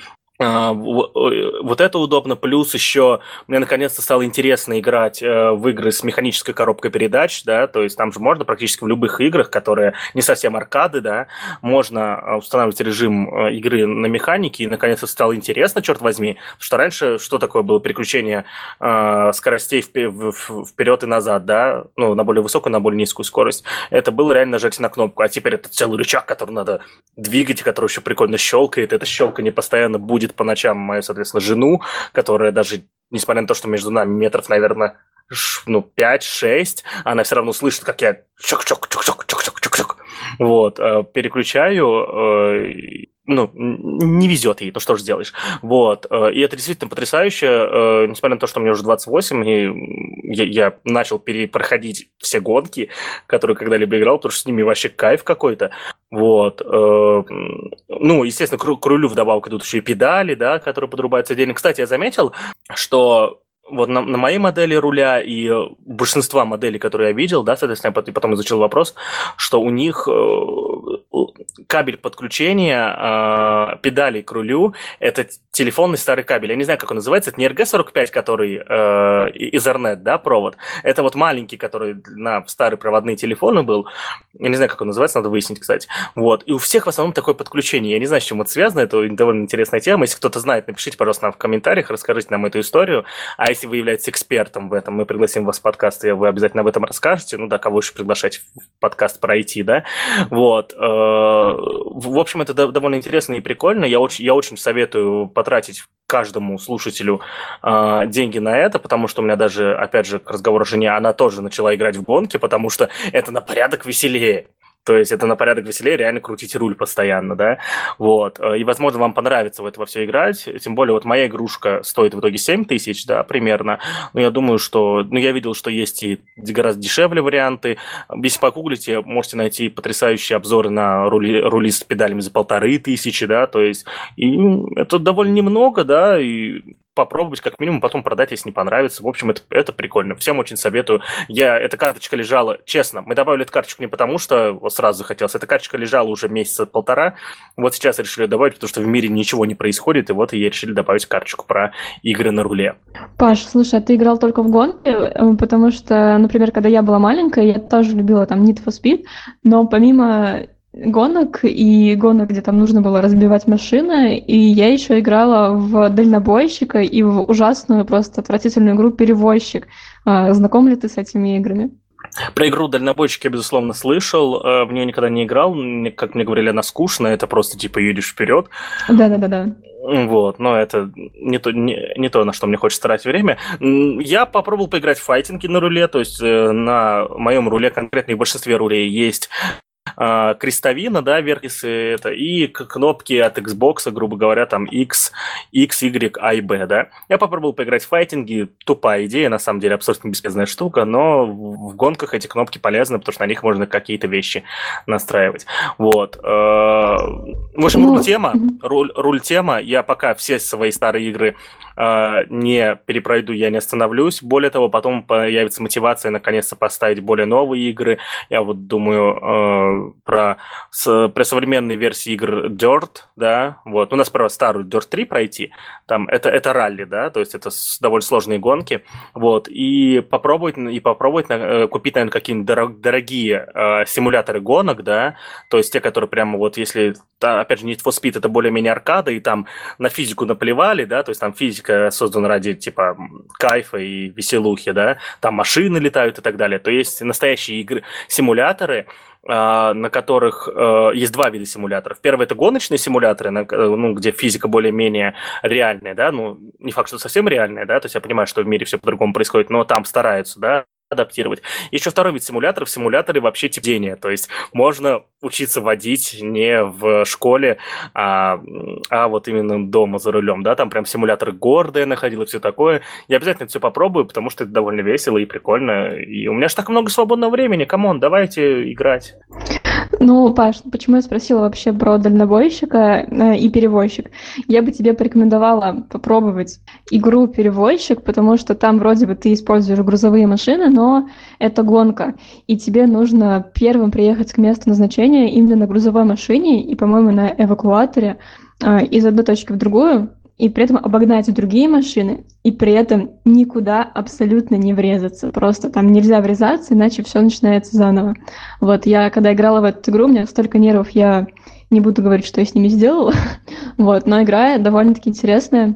вот это удобно, плюс еще мне наконец-то стало интересно играть в игры с механической коробкой передач, да, то есть там же можно практически в любых играх, которые не совсем аркады, да, можно устанавливать режим игры на механике, и наконец-то стало интересно, черт возьми, потому что раньше что такое было переключение э, скоростей вперед и назад, да, ну, на более высокую, на более низкую скорость, это было реально нажатие на кнопку, а теперь это целый рычаг, который надо двигать, и который еще прикольно щелкает, это щелканье постоянно будет по ночам мою, соответственно, жену, которая даже, несмотря на то, что между нами метров, наверное, ну, пять-шесть, она все равно слышит, как я чок-чок-чок-чок-чок-чок-чок-чок, вот, переключаю, ну, не везет ей, ну что ж сделаешь. Вот. И это действительно потрясающе, несмотря на то, что мне уже двадцать восемь, и я, я начал перепроходить все гонки, которые когда-либо играл, потому что с ними вообще кайф какой-то. Вот. Ну, естественно, к рулю вдобавок идут еще и педали, да, которые подрубаются отдельно. Кстати, я заметил, что вот на, на моей модели руля и большинства моделей, которые я видел, да, соответственно, я потом изучил вопрос, что у них кабель подключения э, педалей к рулю, это телефонный старый кабель. Я не знаю, как он называется. Это не эр джи сорок пять, который э, Ethernet, да, провод. Это вот маленький, который на старые проводные телефоны был. Я не знаю, как он называется, надо выяснить, кстати. Вот. И у всех в основном такое подключение. Я не знаю, с чем это связано. Это довольно интересная тема. Если кто-то знает, напишите, пожалуйста, нам в комментариях, расскажите нам эту историю. А если вы являетесь экспертом в этом, мы пригласим вас в подкаст, и вы обязательно об этом расскажете. Ну да, кого еще приглашать в подкаст про ай ти, да? Вот. В общем, это довольно интересно и прикольно. Я очень, я очень советую потратить каждому слушателю э, деньги на это, потому что у меня даже, опять же, к разговору о жене, она тоже начала играть в гонки, потому что это на порядок веселее. То есть это на порядок веселее реально крутить руль постоянно, да, вот, и, возможно, вам понравится в это во все играть, тем более вот моя игрушка стоит в итоге семь тысяч, да, примерно, но я думаю, что, ну, я видел, что есть и гораздо дешевле варианты, если погуглите, можете найти потрясающие обзоры на рули, рули с педалями за полторы тысячи, да, то есть, и это довольно немного, да, и попробовать, как минимум, потом продать, если не понравится. В общем, это, это прикольно. Всем очень советую. Я, эта карточка лежала, честно, мы добавили эту карточку не потому, что вот сразу захотелось. Эта карточка лежала уже месяца полтора. Вот сейчас решили добавить, потому что в мире ничего не происходит, и вот и решили добавить карточку про игры на руле. Паш, слушай, а ты играл только в гонки? Потому что, например, когда я была маленькая, я тоже любила там Need for Speed, но помимо гонок и гонок, где там нужно было разбивать машины, и я еще играла в дальнобойщика и в ужасную, просто отвратительную игру «Перевозчик». А, знаком ли ты с этими играми? Про игру «Дальнобойщик» я, безусловно, слышал, в нее никогда не играл, как мне говорили, она скучная, это просто типа едешь вперед. Да-да-да-да. Вот, но это не то, не, не то, на что мне хочется тратить время. Я попробовал поиграть в файтинги на руле, то есть на моем руле, конкретно и в большинстве рулей, есть крестовина, да, верхис это, и кнопки от Xbox, грубо говоря, там X, X, Y, A и B, да. Я попробовал поиграть в файтинги, тупая идея, на самом деле, абсолютно бесполезная штука, но в гонках эти кнопки полезны, потому что на них можно какие-то вещи настраивать. Вот. В общем, руль-тема, руль, руль-тема, я пока все свои старые игры не перепройду, я не остановлюсь. Более того, потом появится мотивация наконец-то поставить более новые игры. Я вот думаю про, с, про современные версии игр Dirt, да, вот. У нас про старую Dirt три пройти, там это, это ралли, да, то есть это довольно сложные гонки, вот, и попробовать, и попробовать купить, наверное, какие-нибудь дорогие э, симуляторы гонок, да, то есть те, которые прямо вот, если, да, опять же, Need for Speed это более-менее аркада, и там на физику наплевали, да, то есть там физика создана ради, типа, кайфа и веселухи, да, там машины летают и так далее, то есть настоящие игры, симуляторы, на которых э, есть два вида симуляторов. Первый – это гоночные симуляторы, на, ну, где физика более-менее реальная, да, ну, не факт, что совсем реальная, да, то есть я понимаю, что в мире все по-другому происходит, но там стараются, да, адаптировать. Еще второй вид симуляторов, симуляторы вообще типдения, то есть можно учиться водить не в школе, а, а вот именно дома за рулем, да, там прям симуляторы города я находил и все такое. Я обязательно это все попробую, потому что это довольно весело и прикольно, и у меня же так много свободного времени, камон, давайте играть. Ну, Паш, почему я спросила вообще про дальнобойщика э, и перевозчик? Я бы тебе порекомендовала попробовать игру «Перевозчик», потому что там вроде бы ты используешь грузовые машины, но это гонка, и тебе нужно первым приехать к месту назначения именно на грузовой машине и, по-моему, на эвакуаторе э, из одной точки в другую, и при этом обогнать другие машины, и при этом никуда абсолютно не врезаться. Просто там нельзя врезаться, иначе все начинается заново. Вот я, когда играла в эту игру, у меня столько нервов, я не буду говорить, что я с ними сделала. Вот, но игра довольно-таки интересная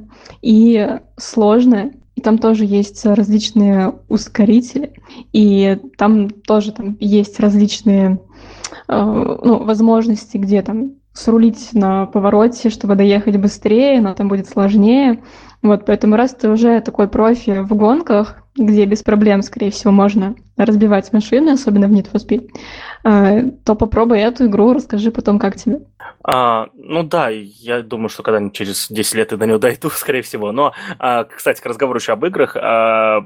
и сложная. И там тоже есть различные ускорители, и там тоже там есть различные э, ну, возможности, где там срулить на повороте, чтобы доехать быстрее, но там будет сложнее. Вот, поэтому раз ты уже такой профи в гонках, где без проблем, скорее всего, можно разбивать машины, особенно в Need for Speed, то попробуй эту игру, расскажи потом, как тебе. А, ну да, я думаю, что когда-нибудь через десять лет я до него дойду, скорее всего. Но, а, кстати, к разговору еще об играх. А,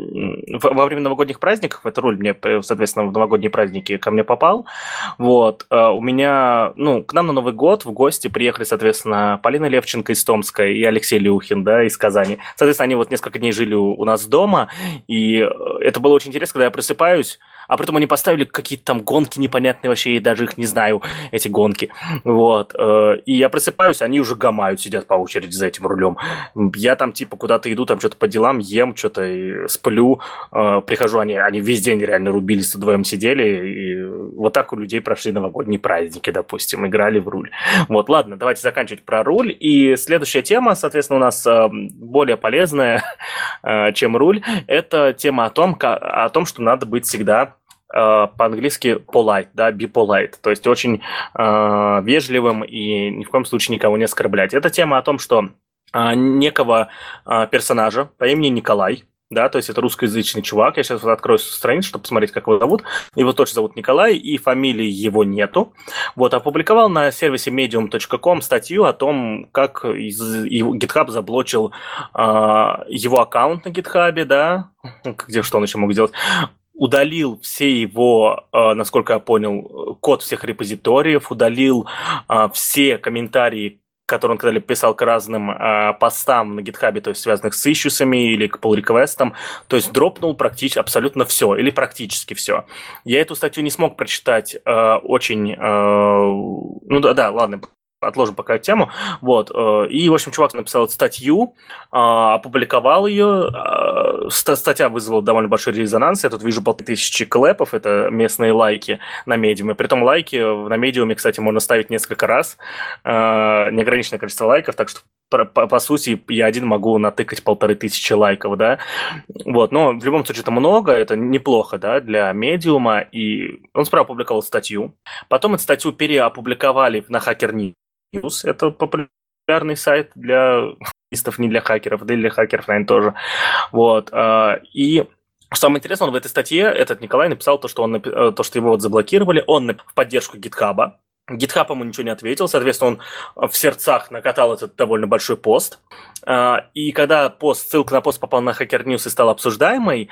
во время новогодних праздников, это руль мне, соответственно, в новогодние праздники ко мне попал. Вот, а, у меня, ну, к нам на Новый год в гости приехали, соответственно, Полина Левченко из Томска и Алексей Люхин, да, из Казани. Соответственно, они вот несколько дней жили у, у нас дома, И это было очень интересно, когда я просыпаюсь, а при этом они поставили какие-то там гонки непонятные вообще, я даже их не знаю, эти гонки. Вот. И я просыпаюсь, они уже гамают, сидят по очереди за этим рулем. Я там типа куда-то иду, там что-то по делам, ем, что-то сплю, прихожу, они, они весь день реально рубились, вдвоем сидели, и вот так у людей прошли новогодние праздники, допустим, играли в руль. Вот, ладно, давайте заканчивать про руль. И следующая тема, соответственно, у нас более полезная, чем руль, это тема о том, о том, что надо быть всегда по-английски polite, да, be polite, то есть очень э, вежливым и ни в коем случае никого не оскорблять. Это тема о том, что э, некого э, персонажа по имени Николай, да, то есть это русскоязычный чувак, я сейчас вот открою страницу, чтобы посмотреть, как его зовут, его точно зовут Николай, и фамилии его нету, вот, опубликовал на сервисе medium точка com статью о том, как из, его, GitHub заблочил э, его аккаунт на GitHub, да, где что он еще мог сделать, удалил все его, насколько я понял, код всех репозиториев, удалил все комментарии, которые он когда-либо писал к разным постам на GitHub, то есть связанных с ишьюсами или к pull-реквестам, то есть дропнул практически абсолютно все, или практически все. Я эту статью не смог прочитать очень... Ну да, да, ладно, отложим пока эту тему. Вот. И, в общем, чувак написал статью, опубликовал ее. Статья вызвала довольно большой резонанс. Я тут вижу полторы тысячи клэпов, это местные лайки на медиуме. Притом лайки на медиуме, кстати, можно ставить несколько раз. Неограниченное количество лайков, так что по, по, по сути я один могу натыкать полторы тысячи лайков, да. Вот. Но в любом случае это много, это неплохо, да, для медиума. И он справа опубликовал статью. Потом эту статью переопубликовали на Hacker News. Это популярный сайт для листов, не для хакеров, да и для хакеров, наверное, тоже. Вот. И самое интересное, он в этой статье, этот Николай написал то, что, он, то, что его вот заблокировали, он в поддержку GitHub. GitHub ему ничего не ответил, соответственно, он в сердцах накатал этот довольно большой пост. И когда пост, ссылка на пост попал на Hacker News и стала обсуждаемой,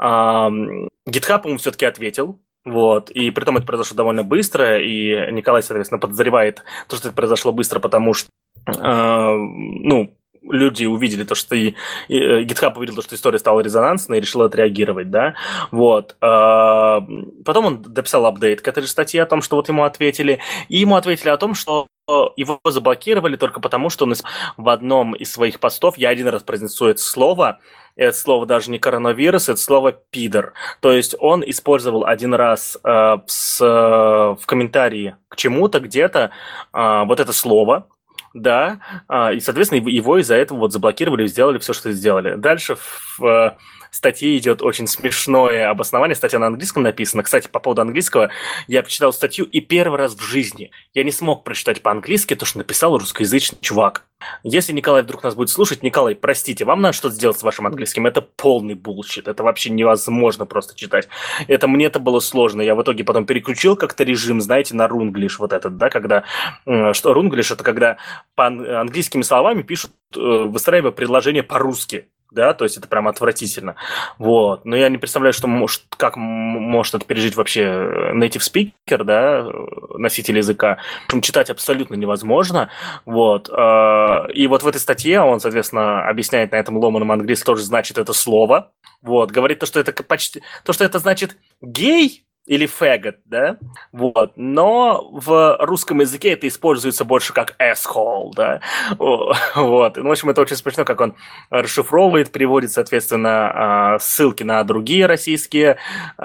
GitHub ему все-таки ответил. Вот, и при этом это произошло довольно быстро, и Николай, соответственно, подозревает то, что это произошло быстро, потому что, э, ну, люди увидели то, что и, и GitHub увидел то, что история стала резонансной и решил отреагировать, да, вот. Э, потом он дописал апдейт к этой же статье о том, что вот ему ответили, и ему ответили о том, что его заблокировали только потому, что он в одном из своих постов, я один раз произнесу это слово, это слово даже не коронавирус, это слово пидор. То есть он использовал один раз э, с, э, в комментарии к чему-то где-то э, вот это слово, да, э, и, соответственно, его из-за этого вот заблокировали и сделали все, что сделали. Дальше в э, статье идет очень смешное обоснование, статья на английском написана. Кстати, по поводу английского, я почитал статью, и первый раз в жизни я не смог прочитать по-английски то, что написал русскоязычный чувак. Если Николай вдруг нас будет слушать, Николай, простите, вам надо что-то сделать с вашим английским. Это полный булшит, это вообще невозможно просто читать. Это мне это было сложно. Я в итоге потом переключил как-то режим, знаете, на рунглиш вот этот, да, когда... Что рунглиш? Это когда по английскими словами пишут, выстраивая предложение по-русски. Да, то есть это прям отвратительно. Вот. Но я не представляю, что может, как может это пережить вообще native speaker, да, носитель языка. Причем читать абсолютно невозможно. Вот. И вот в этой статье он, соответственно, объясняет на этом ломаном английском, тоже значит это слово. Вот. Говорит то, что это почти... То, что это значит гей, или faggot, да, вот, но в русском языке это используется больше как asshole, да, вот, ну, в общем, это очень смешно, как он расшифровывает, переводит, соответственно, ссылки на другие российские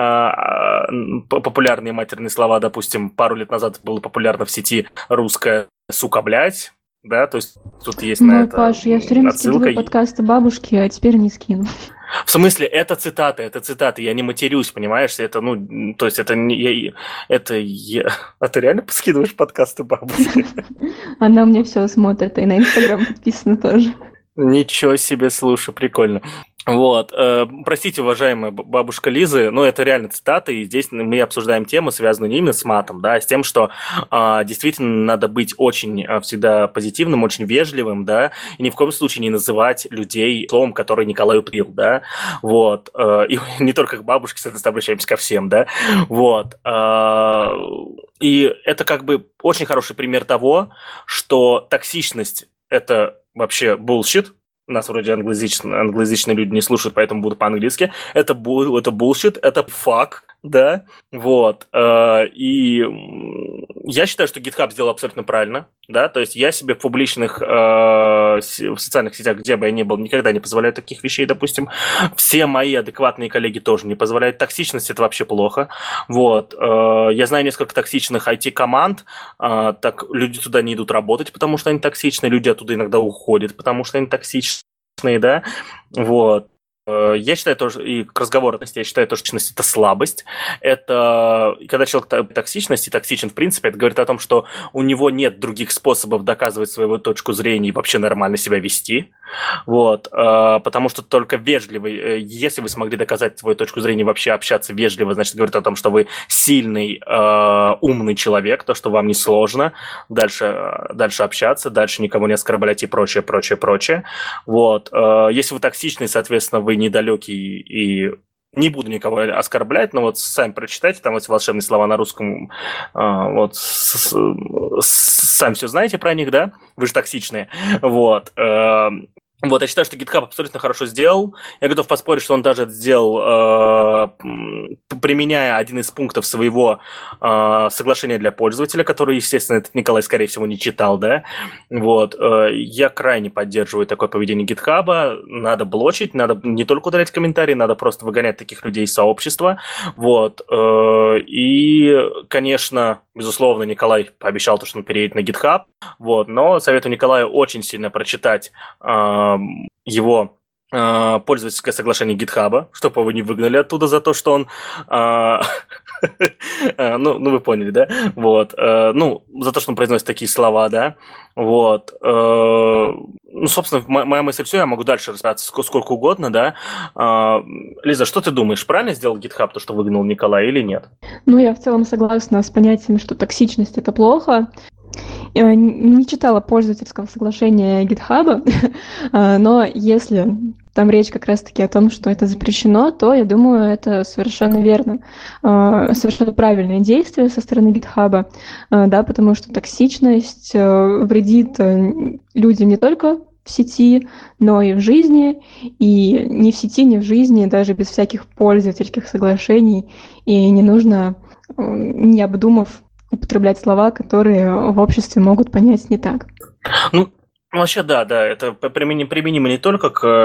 популярные матерные слова, допустим, пару лет назад было популярно в сети русское «сука, блядь», да, то есть тут есть ну, на это Паш, я все время отсылка. скидываю подкасты бабушки, а теперь не скину. В смысле, это цитаты, это цитаты, я не матерюсь, понимаешь, это, ну, то есть это не, я, это я... А ты реально поскидываешь подкасты бабушки? Она мне все смотрит, и на Инстаграм подписана тоже. Ничего себе, слушай, прикольно. Вот, э, простите, уважаемая бабушка Лизы, но это реально цитаты, и здесь мы обсуждаем тему, связанную не именно с матом, да, а с тем, что э, действительно надо быть очень э, всегда позитивным, очень вежливым, да, и ни в коем случае не называть людей словом, которое Николай уприл, да, вот, э, и не только к бабушке, соответственно, обращаемся ко всем, да, вот, э, и это как бы очень хороший пример того, что токсичность – это вообще bullshit. нас вроде англоязычные, англоязычные люди не слушают, поэтому буду по-английски. Это, бу, это bullshit, это фак, да, вот. Э, и я считаю, что GitHub сделал абсолютно правильно, да, то есть я себе в публичных, э, в социальных сетях, где бы я ни был, никогда не позволяю таких вещей, допустим. Все мои адекватные коллеги тоже не позволяют. Токсичность – это вообще плохо, вот. Э, я знаю несколько токсичных ай ти-команд, э, так люди туда не идут работать, потому что они токсичны, люди оттуда иногда уходят, потому что они токсичны, да, вот. Я считаю тоже, и к разговору, я считаю, что токсичность – это слабость. Это, когда человек токсичность и токсичен, в принципе, это говорит о том, что у него нет других способов доказывать свою точку зрения и вообще нормально себя вести. Вот, потому что только вежливый, если вы смогли доказать свою точку зрения и вообще общаться вежливо, значит, говорит о том, что вы сильный, умный человек, то, что вам не сложно дальше, дальше общаться, дальше никого не оскорблять и прочее, прочее, прочее. Вот, если вы токсичный, соответственно, вы недалекий, и не буду никого оскорблять, но вот сами прочитайте, там эти волшебные слова на русском, вот, с, с, сами все знаете про них, да? Вы же токсичные, вот. Вот, я считаю, что GitHub абсолютно хорошо сделал. Я готов поспорить, что он даже это сделал, э, применяя один из пунктов своего э, соглашения для пользователя, который, естественно, этот Николай, скорее всего, не читал, да. Вот, э, я крайне поддерживаю такое поведение GitHub. Надо блочить, надо не только удалять комментарии, надо просто выгонять таких людей из сообщества. Вот, э, и, конечно, безусловно, Николай пообещал, то, что он переедет на GitHub, вот, но советую Николаю очень сильно прочитать э, его э, пользовательское соглашение GitHub, чтобы его не выгнали оттуда за то, что он... Э, ну, ну, вы поняли, да? Вот. Э, ну, за то, что он произносит такие слова, да? Вот. Э, ну, собственно, моя мысль все, я могу дальше разбираться сколько угодно, да? Э, Лиза, что ты думаешь, правильно сделал GitHub то, что выгнал Николая, или нет? Ну, я в целом согласна с понятием, что токсичность – это плохо. Я не читала пользовательского соглашения GitHub, но если там речь как раз-таки о том, что это запрещено, то, я думаю, это совершенно верно, совершенно правильное действие со стороны GitHub, да, потому что токсичность вредит людям не только в сети, но и в жизни, и не в сети, не в жизни, даже без всяких пользовательских соглашений, и не нужно, не обдумав, употреблять слова, которые в обществе могут понять не так. Ну, вообще, да, да, это применимо, применимо не только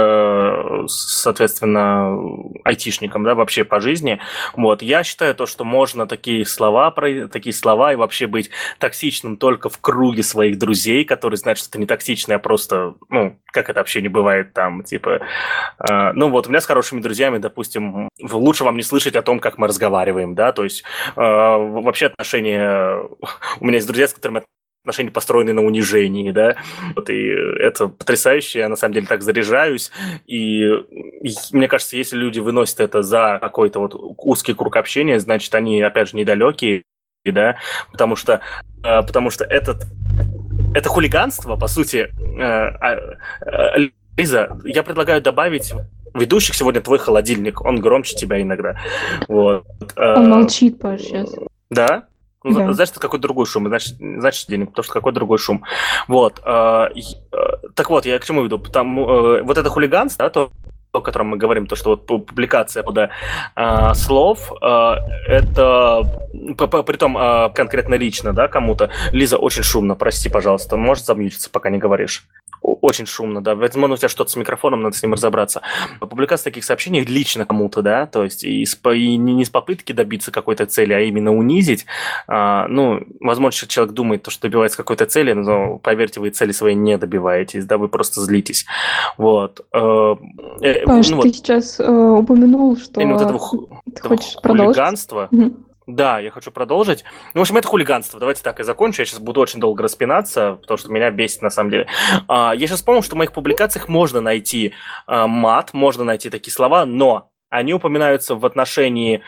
к, соответственно, айтишникам, да, вообще по жизни. Вот, я считаю то, что можно такие слова, такие слова и вообще быть токсичным только в круге своих друзей, которые знают, что это не токсичное, а просто, ну, как это вообще не бывает там, типа, э, ну вот, у меня с хорошими друзьями, допустим, лучше вам не слышать о том, как мы разговариваем, да, то есть э, вообще отношения, у меня есть друзья, с которыми отношения построены на унижении, да, вот, и это потрясающе, я на самом деле так заряжаюсь, и, и мне кажется, если люди выносят это за какой-то вот узкий круг общения, значит, они, опять же, недалекие, да, потому что, э, потому что этот, это хулиганство, по сути, э, э, Лиза, я предлагаю добавить ведущих сегодня твой холодильник, он громче тебя иногда, вот. Он молчит, Паш, сейчас. Да? Ну, да. Значит, какой другой шум, значит, значит, денег, потому что какой другой шум. Вот. Э, э, так вот, я к чему веду? Там, э, вот это хулиганство, да, то, о котором мы говорим, то, что вот публикация да, э, слов, э, это, притом э, конкретно лично, да, кому-то. Лиза, очень шумно, прости, пожалуйста, можешь замьютиться, пока не говоришь? Очень шумно, да. Возможно, у тебя что-то с микрофоном, надо с ним разобраться. Публикация таких сообщений лично кому-то, да, то есть и, с, и не с попытки добиться какой-то цели, а именно унизить. А, ну, возможно, человек думает, что добивается какой-то цели, но, поверьте, вы цели своей не добиваетесь, да, вы просто злитесь. Вот. Паш, ну, ты вот, сейчас э, упомянул, что вот этого, ты хочешь продолжить. Хулиганство. Mm-hmm. Да, я хочу продолжить. Ну, в общем, это хулиганство. Давайте так и закончу. Я сейчас буду очень долго распинаться, потому что меня бесит на самом деле. Я сейчас вспомнил, что в моих публикациях можно найти мат, можно найти такие слова, но они упоминаются в отношении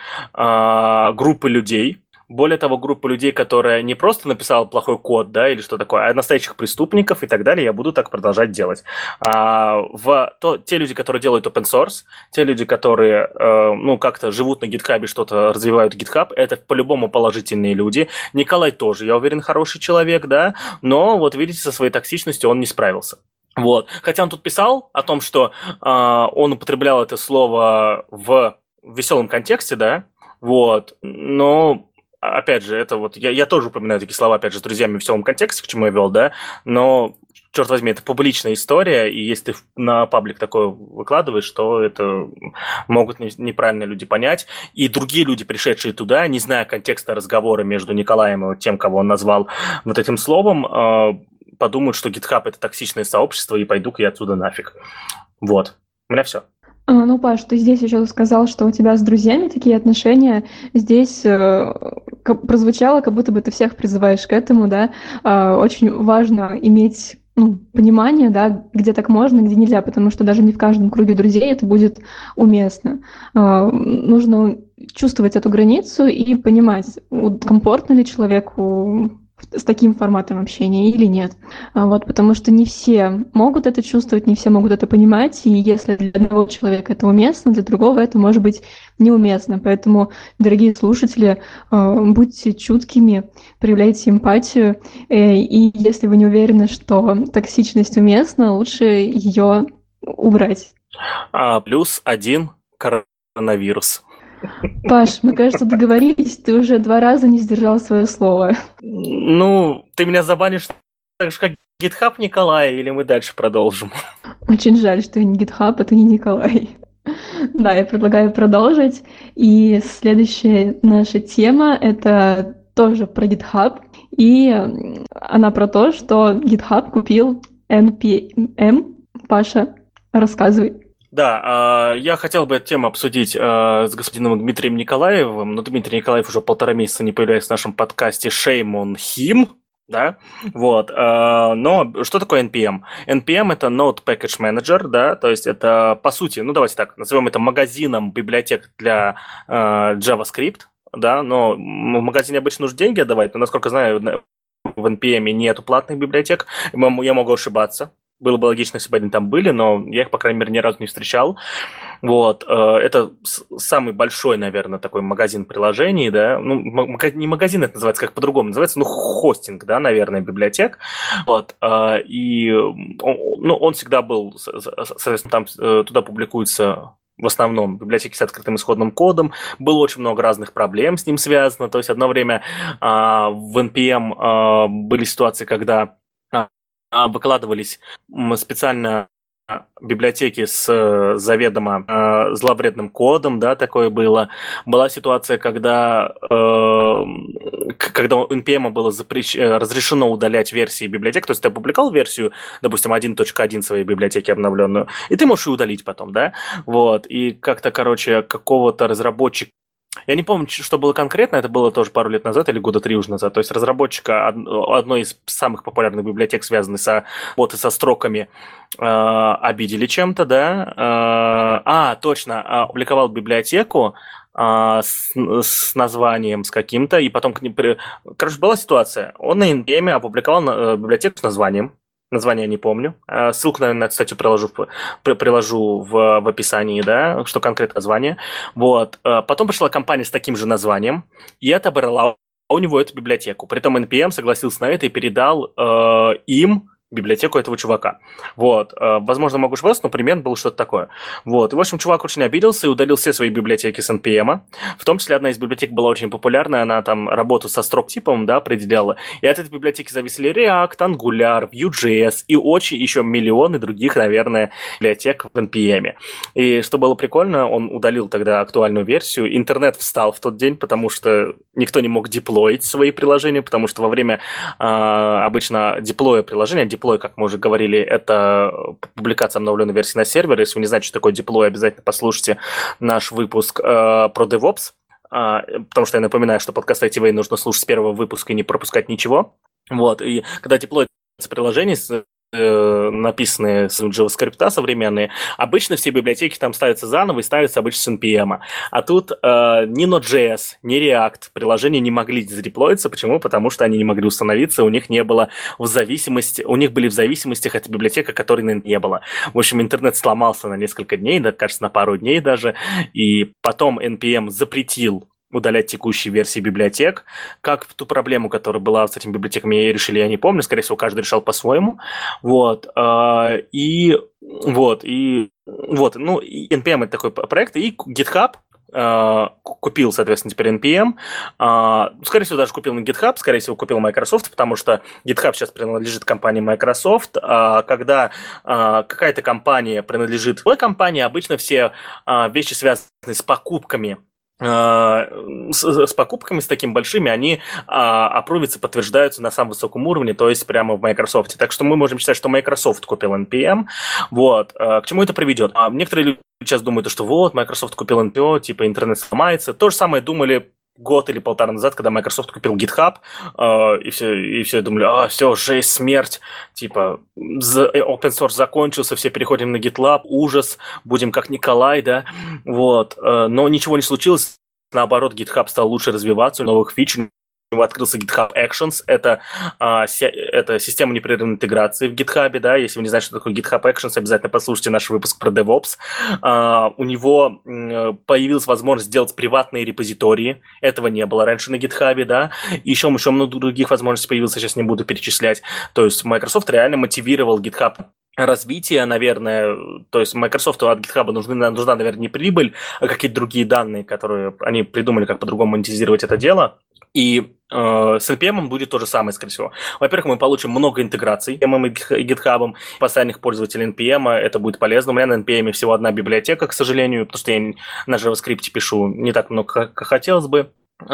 группы людей. Более того, группа людей, которая не просто написала плохой код, да, или что такое, а настоящих преступников и так далее, я буду так продолжать делать. А, в, то, те люди, которые делают open source, те люди, которые, э, ну, как-то живут на GitHub, что-то развивают GitHub, это по-любому положительные люди. Николай тоже, я уверен, хороший человек, да, но вот видите, со своей токсичностью он не справился. Вот. Хотя он тут писал о том, что э, он употреблял это слово в веселом контексте, да, вот, но, опять же, это вот, я, я тоже упоминаю такие слова, опять же, с друзьями в веселом контексте, к чему я вел, да, но, черт возьми, это публичная история, и если ты на паблик такое выкладываешь, то это могут неправильно люди понять, и другие люди, пришедшие туда, не зная контекста разговора между Николаем и тем, кого он назвал вот этим словом, э, подумают, что GitHub – это токсичное сообщество, и пойду-ка я отсюда нафиг. Вот. У меня все. А, ну, Паш, ты здесь еще сказал, что у тебя с друзьями такие отношения. Здесь э, как, прозвучало, как будто бы ты всех призываешь к этому, да. Э, очень важно иметь ну, понимание, да, где так можно, где нельзя, потому что даже не в каждом круге друзей это будет уместно. Э, нужно чувствовать эту границу и понимать, комфортно ли человеку с таким форматом общения или нет. Вот, потому что не все могут это чувствовать, не все могут это понимать, и если для одного человека это уместно, для другого это может быть неуместно. Поэтому, дорогие слушатели, будьте чуткими, проявляйте эмпатию, и если вы не уверены, что токсичность уместна, лучше ее убрать. А, плюс один коронавирус. Паш, мне кажется, договорились, ты уже два раза не сдержал свое слово. Ну, ты меня забанишь так же, как GitHub Николай, или мы дальше продолжим? Очень жаль, что я не GitHub, а ты не Николай. Да, я предлагаю продолжить. И следующая наша тема — это тоже про GitHub. И она про то, что GitHub купил эн пи эм. Паша, рассказывай. Да, я хотел бы эту тему обсудить с господином Дмитрием Николаевым, но Дмитрий Николаев уже полтора месяца не появляется в нашем подкасте «Shame on him», да, вот, но что такое эн пи эм? эн пи эм – это Node Package Manager, да, то есть это, по сути, ну, давайте так, назовем это магазином библиотек для JavaScript, да, но в магазине обычно нужно деньги отдавать, но, насколько знаю, в эн пи эм нету платных библиотек, я могу ошибаться. Было бы логично, если бы они там были, но я их, по крайней мере, ни разу не встречал. Вот. Это самый большой, наверное, такой магазин приложений, да. Ну, не магазин это называется, как по-другому называется, ну, хостинг, да, наверное, библиотек. Вот. И он, ну, он всегда был, соответственно, там туда публикуется в основном библиотеки с открытым исходным кодом. Было очень много разных проблем с ним связано. То есть одно время в эн пи эм были ситуации, когда выкладывались специально библиотеки с заведомо э, зловредным кодом, да, такое было. Была ситуация, когда, э, когда у эн пи эм было запрещ... разрешено удалять версии библиотек, то есть ты опубликовал версию, допустим, один точка один своей библиотеки обновленную, и ты можешь ее удалить потом, да, вот, и как-то, короче, какого-то разработчика, я не помню, что было конкретно, это было тоже пару лет назад или года три уже назад. То есть разработчика одной из самых популярных библиотек, связанной со, вот, и со строками, э, обидели чем-то, да. Э, а, точно, опубликовал библиотеку э, с, с названием, с каким-то, и потом к ним... Короче, была ситуация. Он на эн пи эм опубликовал библиотеку с названием. Название я не помню. Ссылку, наверное, кстати, приложу, приложу в, в описании, да, что конкретно название. Вот. Потом пришла компания с таким же названием и отобрала у него эту библиотеку. При этом эн пи эм согласился на это и передал э, им библиотеку этого чувака. Вот. Возможно, могу ошибаться, но примерно было что-то такое. Вот. И, в общем, чувак очень обиделся и удалил все свои библиотеки с эн пи эм. В том числе одна из библиотек была очень популярная, она там работу со строк-типом, да, определяла. И от этой библиотеки зависели React, Angular, Vue.js и очень еще миллионы других, наверное, библиотек в эн пи эм. И что было прикольно, он удалил тогда актуальную версию. Интернет встал в тот день, потому что никто не мог деплоить свои приложения, потому что во время э, обычно деплоя приложения, деплой, как мы уже говорили, это публикация обновленной версии на сервере. Если вы не знаете, что такое деплой, обязательно послушайте наш выпуск э, про DevOps, э, потому что я напоминаю, что подкаст ай ти ви нужно слушать с первого выпуска и не пропускать ничего. Вот. И когда деплоится приложение, написанные с JavaScript современные, обычно все библиотеки там ставятся заново и ставятся обычно с эн пи эм. А тут э, ни Node.js, ни React приложения не могли задеплоиться. Почему? Потому что они не могли установиться, у них не было в зависимости, у них были в зависимостях эта библиотека, которой не было. В общем, интернет сломался на несколько дней, да, кажется, на пару дней даже, и потом эн пи эм запретил удалять текущие версии библиотек. Как ту проблему, которая была с этими библиотеками, решили, я не помню. Скорее всего, каждый решал по-своему. Вот. И вот. И вот. Ну, эн пи эм – это такой проект. И GitHub купил, соответственно, теперь эн пи эм. Скорее всего, даже купил не GitHub, скорее всего, купил Microsoft, потому что GitHub сейчас принадлежит компании Microsoft. Когда какая-то компания принадлежит той компании, обычно все вещи, связанные с покупками, С, с покупками, с такими большими, они а, аппрувятся, подтверждаются на самом высоком уровне, то есть прямо в Microsoft. Так что мы можем считать, что Microsoft купил эн пи эм. Вот. А, к чему это приведет? А, некоторые люди сейчас думают, что вот, Microsoft купил эн пи эм, типа интернет сломается. То же самое думали год или полтора назад, когда Microsoft купил GitHub, э, и, все, и все думали, а, все, жесть, смерть, типа, open source закончился, все переходим на GitLab, ужас, будем как Николай, да, вот, э, но ничего не случилось, наоборот, GitHub стал лучше развиваться, новых фич, у него открылся GitHub Actions, это, а, се, это система непрерывной интеграции в GitHub, да, если вы не знаете, что такое GitHub Actions, обязательно послушайте наш выпуск про DevOps. А, у него появилась возможность сделать приватные репозитории, этого не было раньше на GitHub, да, и еще, еще много других возможностей появилось, сейчас не буду перечислять, то есть Microsoft реально мотивировал GitHub развитие, наверное, то есть Microsoft от GitHub нужны, нужна, наверное, не прибыль, а какие-то другие данные, которые они придумали, как по-другому монетизировать это дело. И э, с эн пи эм будет то же самое, скорее всего. Во-первых, мы получим много интеграций с эн пи эм и GitHub, постоянных пользователей эн пи эм, это будет полезно. У меня на эн пи эм всего одна библиотека, к сожалению, потому что я на JavaScript пишу не так много, как хотелось бы.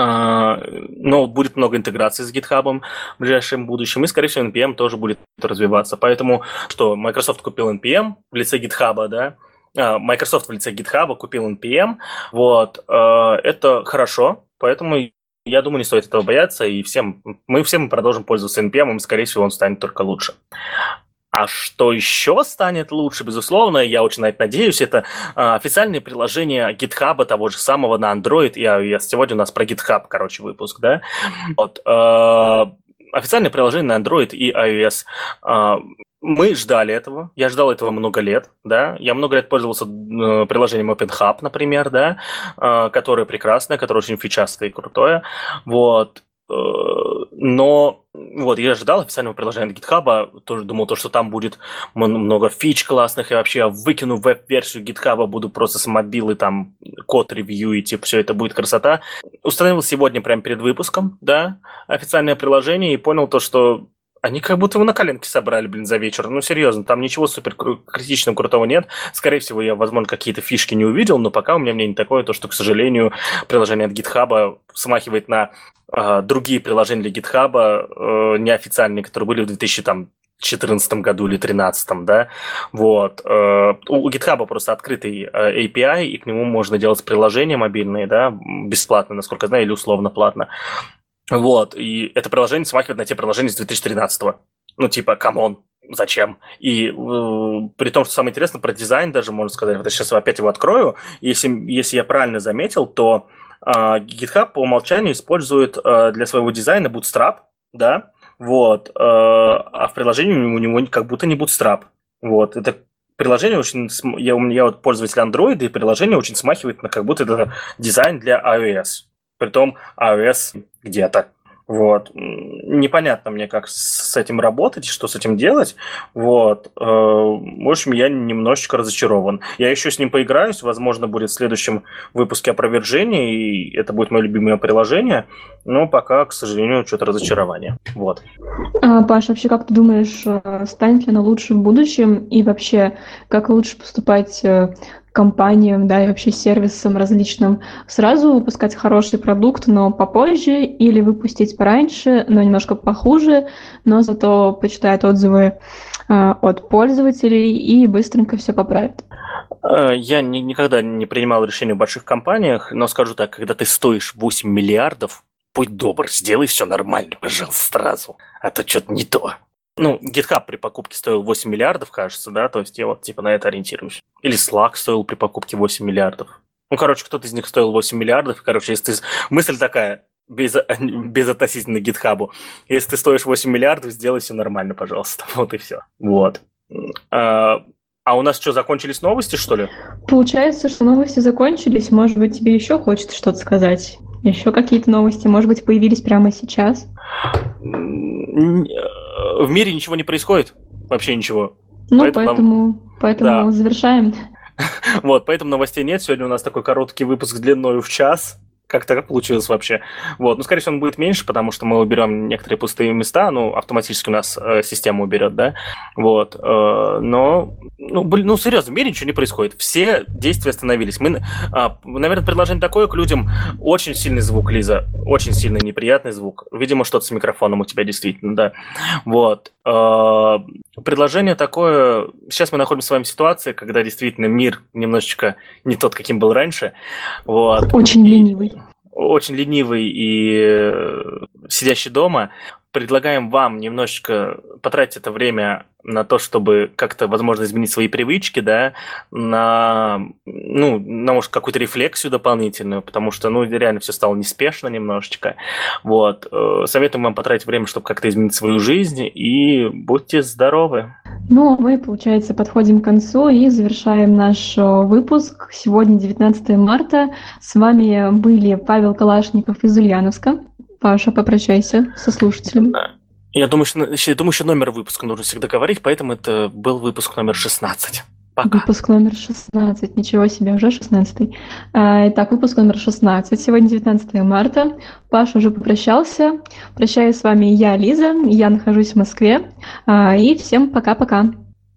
Но будет много интеграций с GitHub в ближайшем будущем, и, скорее всего, эн пи эм тоже будет развиваться. Поэтому, что Microsoft купил эн пи эм в лице GitHub, да, Microsoft в лице GitHub купил эн пи эм, вот, это хорошо, поэтому я думаю, не стоит этого бояться, и всем, мы всем продолжим пользоваться эн пи эм, и, скорее всего, он станет только лучше. А что еще станет лучше, безусловно, я очень на это надеюсь, это а, официальные приложения GitHub, того же самого на Android и iOS. Сегодня у нас про GitHub, короче, выпуск, да? Вот, а, официальные приложения на Android и iOS. А, мы ждали этого, я ждал этого много лет, да, я много лет пользовался э, приложением OpenHub, например, да, э, которое прекрасное, которое очень фичастое и крутое, вот, э, но вот я ждал официального приложения GitHub, тоже думал, то, что там будет много фич классных, и вообще я выкину веб-версию GitHub, буду просто с мобилы там код ревьюить, и все это будет красота. Установил сегодня прямо перед выпуском, да, официальное приложение, и понял то, что они как будто его на коленке собрали, блин, за вечер. Ну, серьезно, там ничего супер критичного, крутого нет. Скорее всего, я, возможно, какие-то фишки не увидел, но пока у меня мнение такое, то, что, к сожалению, приложение от GitHub смахивает на э, другие приложения для GitHub, э, неофициальные, которые были в две тысячи четырнадцатом году или две тысячи тринадцатом, да. Вот. Э, у GitHub просто открытый э, эй пи ай, и к нему можно делать приложения мобильные, да, бесплатно, насколько я знаю, или условно платно. Вот, и это приложение смахивает на те приложения с две тысячи тринадцатого. Ну, типа, камон, зачем? И э, при том, что самое интересное, про дизайн даже, можно сказать, вот я сейчас опять его открою, если, если я правильно заметил, то э, GitHub по умолчанию использует э, для своего дизайна Bootstrap, да, вот, э, а в приложении у него как будто не Bootstrap. Вот, это приложение очень, я, я вот пользователь Android, и приложение очень смахивает на как будто это дизайн для iOS. Притом iOS где-то. Вот. Непонятно мне, как с этим работать, что с этим делать. Вот. В общем, я немножечко разочарован. Я еще с ним поиграюсь. Возможно, будет в следующем выпуске опровержение, и это будет мое любимое приложение. Но пока, к сожалению, что-то разочарование. Вот. А, Паш, вообще, как ты думаешь, станет ли оно лучше в будущем? И вообще, как лучше поступать компаниям, да, и вообще сервисам различным, сразу выпускать хороший продукт, но попозже, или выпустить пораньше, но немножко похуже, но зато почитает отзывы э, от пользователей и быстренько все поправит? Я ни, никогда не принимал решения в больших компаниях, но скажу так, когда ты стоишь восемь миллиардов, будь добр, сделай все нормально, пожалуйста, сразу, а то что-то не то. Ну, GitHub при покупке стоил восемь миллиардов, кажется, да, то есть я вот типа на это ориентируюсь. Или Slack стоил при покупке восемь миллиардов. Ну, короче, кто-то из них стоил восемь миллиардов, короче, если ты... Мысль такая, без, без относительно GitHub. Если ты стоишь восемь миллиардов, сделай все нормально, пожалуйста, вот и все. Вот. А у нас что, закончились новости, что ли? Получается, что новости закончились. Может быть, тебе еще хочется что-то сказать? Еще какие-то новости, может быть, появились прямо сейчас? В мире ничего не происходит. Вообще ничего. Ну, поэтому, поэтому, поэтому да. завершаем. Вот, поэтому новостей нет. Сегодня у нас такой короткий выпуск длиной в час. Как так получилось вообще? Вот. Ну, скорее всего, он будет меньше, потому что мы уберем некоторые пустые места. Ну, автоматически у нас э, система уберет, да? Вот. Э, но, ну, блин, ну, серьезно, в мире ничего не происходит. Все действия остановились. Мы, э, наверное, предложение такое к людям. Очень сильный звук, Лиза. Очень сильный неприятный звук. Видимо, что-то с микрофоном у тебя действительно, да. Вот. Э, предложение такое... Сейчас мы находимся с вами в ситуации, когда действительно мир немножечко не тот, каким был раньше. Вот. Очень ленивый. Очень ленивый и сидящий дома, предлагаем вам немножечко потратить это время на то, чтобы как-то, возможно, изменить свои привычки, да, на, ну, на, может, какую-то рефлексию дополнительную, потому что, ну, реально все стало неспешно немножечко. Вот. Советуем вам потратить время, чтобы как-то изменить свою жизнь, и будьте здоровы. Ну, мы, получается, подходим к концу и завершаем наш выпуск. Сегодня девятнадцатое марта. С вами были Павел Калашников из Ульяновска. Паша, попрощайся со слушателями. Я думаю, что, я думаю, что номер выпуска нужно всегда говорить, поэтому это был выпуск номер шестнадцать. Пока. Выпуск номер шестнадцать. Ничего себе, уже шестнадцатый. Итак, выпуск номер шестнадцать. Сегодня девятнадцатое марта. Паша уже попрощался. Прощаюсь с вами я, Лиза. Я нахожусь в Москве. И всем пока-пока.